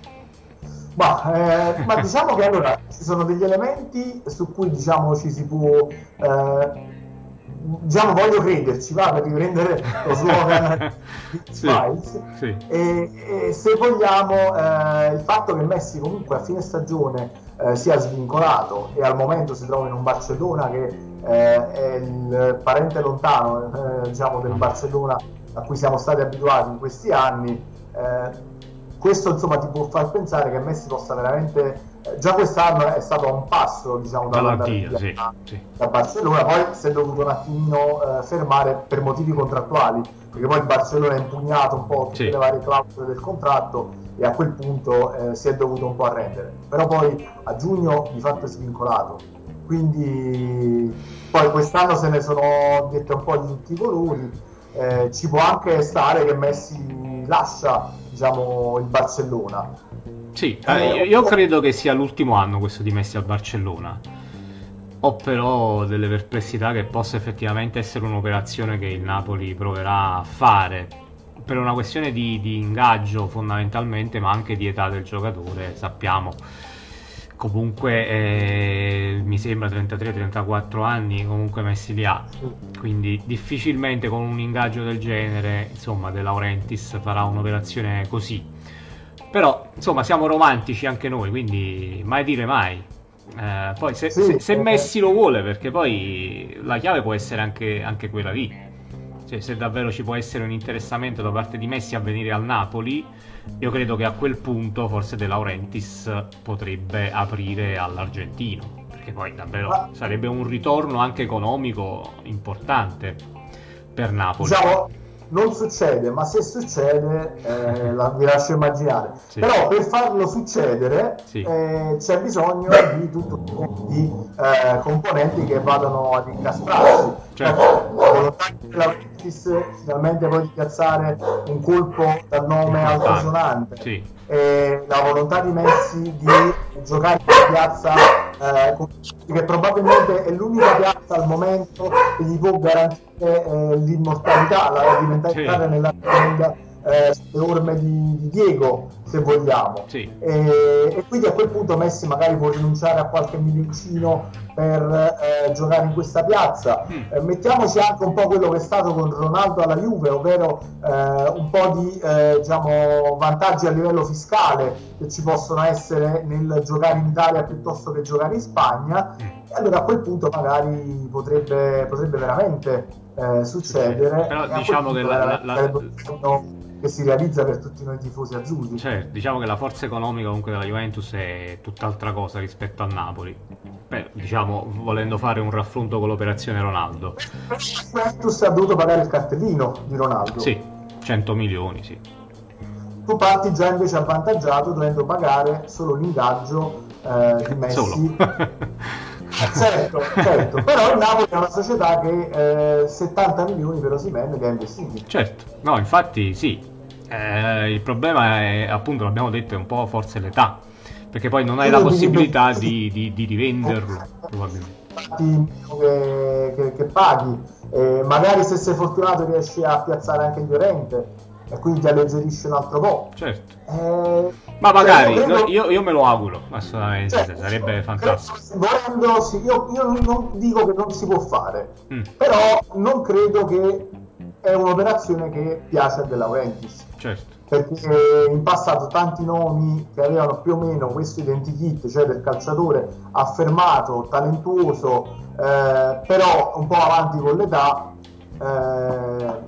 Ma diciamo che allora ci sono degli elementi su cui diciamo ci si può diciamo voglio crederci, va, per riprendere lo slogan di Spice. Sì. E se vogliamo il fatto che Messi comunque a fine stagione sia svincolato e al momento si trova in un Barcellona che è il parente lontano diciamo del Barcellona a cui siamo stati abituati in questi anni, questo insomma ti può far pensare che Messi possa veramente già quest'anno è stato a un passo diciamo dall'andare via da Barcellona, poi si è dovuto un attimino fermare per motivi contrattuali, perché poi il Barcellona ha impugnato un po' tutte le varie clausole del contratto e a quel punto si è dovuto un po' arrendere, però poi a giugno di fatto è svincolato, quindi poi quest'anno se ne sono dette un po' di tutti i colori, ci può anche stare che Messi lascia diciamo il Barcellona. Sì, io credo che sia l'ultimo anno questo di Messi al Barcellona. Ho però delle perplessità che possa effettivamente essere un'operazione che il Napoli proverà a fare per una questione di ingaggio fondamentalmente, ma anche di età del giocatore. Sappiamo comunque mi sembra 33-34 anni comunque Messi li ha, quindi difficilmente con un ingaggio del genere insomma De Laurentiis farà un'operazione così, però insomma siamo romantici anche noi, quindi mai dire mai. Poi se Messi lo vuole, perché poi la chiave può essere anche quella lì, cioè se davvero ci può essere un interessamento da parte di Messi a venire al Napoli, io credo che a quel punto forse De Laurentiis potrebbe aprire all'argentino, perché poi davvero sarebbe un ritorno anche economico importante per Napoli. Diciamo, non succede, ma se succede vi lascio immaginare. Sì. Però per farlo succedere c'è bisogno di tutto di componenti che vadano ad incastrarsi. Certo. La volontà di Laurentiis finalmente poi di piazzare un colpo dal nome altisonante. Sì. La volontà di Messi di giocare in piazza che probabilmente è l'unica piazza al momento che gli può garantire l'immortalità, di entrare nella leggenda le orme di Diego, se vogliamo. E quindi a quel punto Messi magari può rinunciare a qualche milioncino per giocare in questa piazza. Mettiamoci anche un po' quello che è stato con Ronaldo alla Juve, ovvero un po' di diciamo, vantaggi a livello fiscale che ci possono essere nel giocare in Italia piuttosto che giocare in Spagna, e allora a quel punto magari potrebbe veramente succedere. Però diciamo che che si realizza per tutti noi tifosi azzurri. Certo, diciamo che la forza economica comunque della Juventus è tutt'altra cosa rispetto al Napoli. Beh, diciamo, volendo fare un raffronto con l'operazione Ronaldo. La Juventus ha dovuto pagare il cartellino di Ronaldo. Sì, 100 milioni, sì. Tu parti già invece avvantaggiato dovendo pagare solo l'ingaggio di Messi. Solo. Certo, però il Napoli è una società che 70 milioni per Osimhen li ha investiti. Certo, no, infatti sì. Il problema è, appunto, l'abbiamo detto, è un po' forse l'età, perché poi non hai la possibilità di rivenderlo, probabilmente. Che paghi, magari se sei fortunato riesci a piazzare anche il Llorente e quindi ti alleggerisce un altro po'. Certo. Ma magari, io me lo auguro, assolutamente, sarebbe fantastico. Io non dico che non si può fare, però non credo che è un'operazione che piace a De Laurentiis. Certo. Perché in passato tanti nomi che avevano più o meno questo identikit, cioè del calciatore affermato, talentuoso, però un po' avanti con l'età,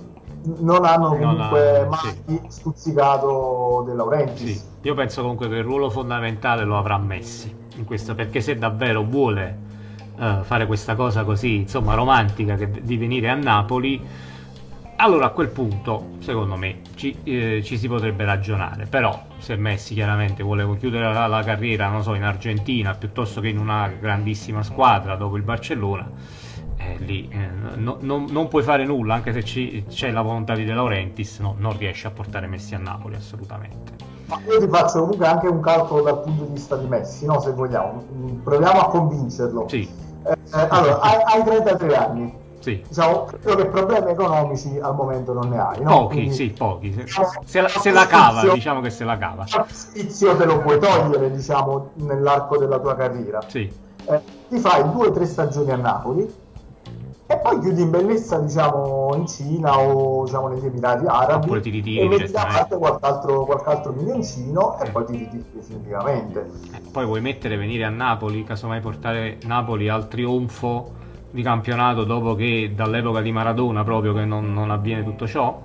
non hanno comunque sì. mai stuzzicato De Laurentiis. Sì, io penso comunque che il ruolo fondamentale lo avrà Messi in questo, perché se davvero vuole fare questa cosa così, insomma, romantica, di venire a Napoli, allora a quel punto, secondo me, ci si potrebbe ragionare. Però se Messi chiaramente vuole chiudere la carriera, non so, in Argentina, piuttosto che in una grandissima squadra dopo il Barcellona, lì non puoi fare nulla, anche se c'è la volontà di De Laurentiis, no, non riesce a portare Messi a Napoli assolutamente. Ma io ti faccio comunque anche un calcolo dal punto di vista di Messi, no? Se vogliamo, proviamo a convincerlo. Sì. Allora, hai 33 anni. Sì. Diciamo, credo che problemi economici al momento non ne hai, no? Pochi, Quindi, sì, pochi. Diciamo, Se la cava, diciamo che se la cava. lo sfizio te lo puoi togliere, diciamo, nell'arco della tua carriera. Sì. Ti fai 2 o 3 stagioni a Napoli e poi chiudi in bellezza, diciamo, in Cina o diciamo negli Emirati Arabi, oppure ti ritiri e metti da direttamente. parte qualche altro milioncino e poi ti ritiri definitivamente. Poi vuoi mettere venire a Napoli, casomai portare Napoli al trionfo di campionato dopo che dall'epoca di Maradona proprio che non avviene tutto ciò?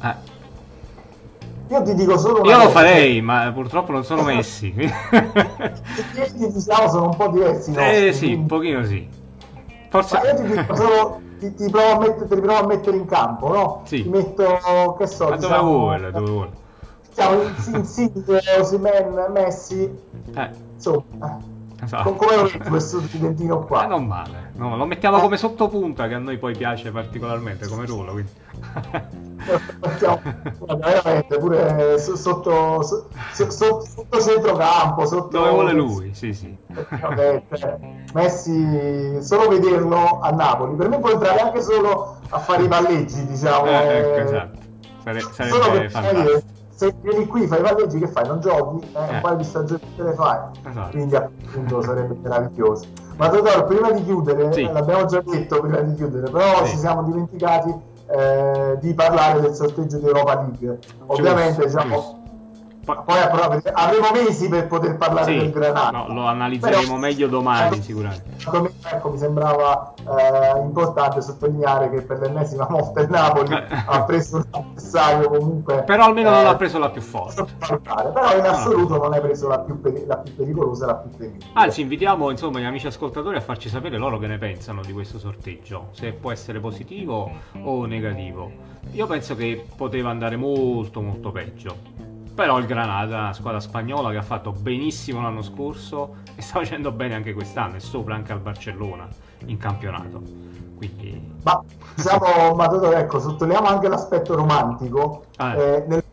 Io ti dico solo una Io lo cosa, farei, ma purtroppo non sono Messi. i piedi, diciamo, sono un po' diversi i nostri, Sì, un pochino sì. ma Forse io ti dico solo, ti provo a mettere in campo, no? Sì. Ti metto, che so, ma dove diciamo, vuole, dove vuole. diciamo Insigne, Osimhen, Messi, insomma, Esatto. come lo metti questo tridentino qua? Non male, no, lo mettiamo come sottopunta, che a noi poi piace particolarmente come ruolo, quindi. Guarda, veramente pure sotto centrocampo, sotto Dove vuole lui, sì, sì. Messi, solo vederlo a Napoli per me può entrare anche solo a fare i palleggi, diciamo, Ecco, esatto. solo Sarebbe per fantastico. se vieni qui fai i palleggi, che fai? Non giochi? Un paio di stagioni te le fai, Esatto. quindi appunto sarebbe meraviglioso. Ma Totò, prima di chiudere, Sì. l'abbiamo già detto prima di chiudere, però Sì. ci siamo dimenticati di parlare del sorteggio di Europa League. Ovviamente, Giusto, diciamo, giusto. poi avremo mesi per poter parlare Sì, del Granada. no, lo analizzeremo Però, meglio domani sicuramente. Ecco, mi sembrava importante sottolineare che per l'ennesima volta il Napoli ha preso un avversario comunque, Però almeno non ha preso la più forte. però in assoluto non hai preso la più pericolosa, la più temibile. Anzi, invitiamo insomma gli amici ascoltatori a farci sapere loro che ne pensano di questo sorteggio, se può essere positivo o negativo. Io penso che poteva andare molto molto peggio. Però il Granada è una squadra spagnola che ha fatto benissimo l'anno scorso e sta facendo bene anche quest'anno, e sopra anche al Barcellona in campionato. Quindi Ma diciamo, ecco, sottolineiamo anche l'aspetto romantico. Nel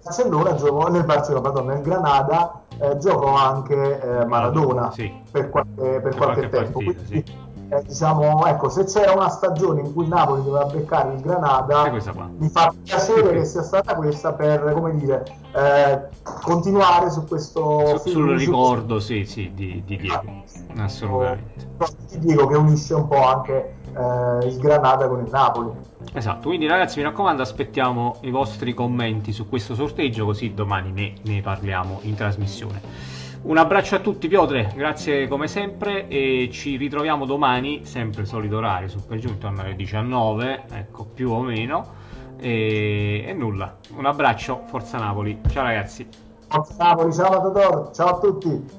Granada giocò anche Maradona, sì, per qualche tempo. partita, Quindi, sì. diciamo, ecco, se c'era una stagione in cui il Napoli doveva beccare il Granada, È questa qua. mi fa piacere che sia stata questa per, come dire, continuare su questo Sul ricordo, sì, di Diego, assolutamente. Ti dico che unisce un po' anche il Granada con il Napoli. Esatto, quindi ragazzi mi raccomando, aspettiamo i vostri commenti su questo sorteggio, così domani ne parliamo in trasmissione. Un abbraccio a tutti, Piotre, grazie come sempre, e ci ritroviamo domani, sempre solito orario, su per giù intorno alle 19, ecco, più o meno, e nulla, un abbraccio, Forza Napoli, ciao ragazzi. Forza Napoli, ciao Matador, ciao a tutti.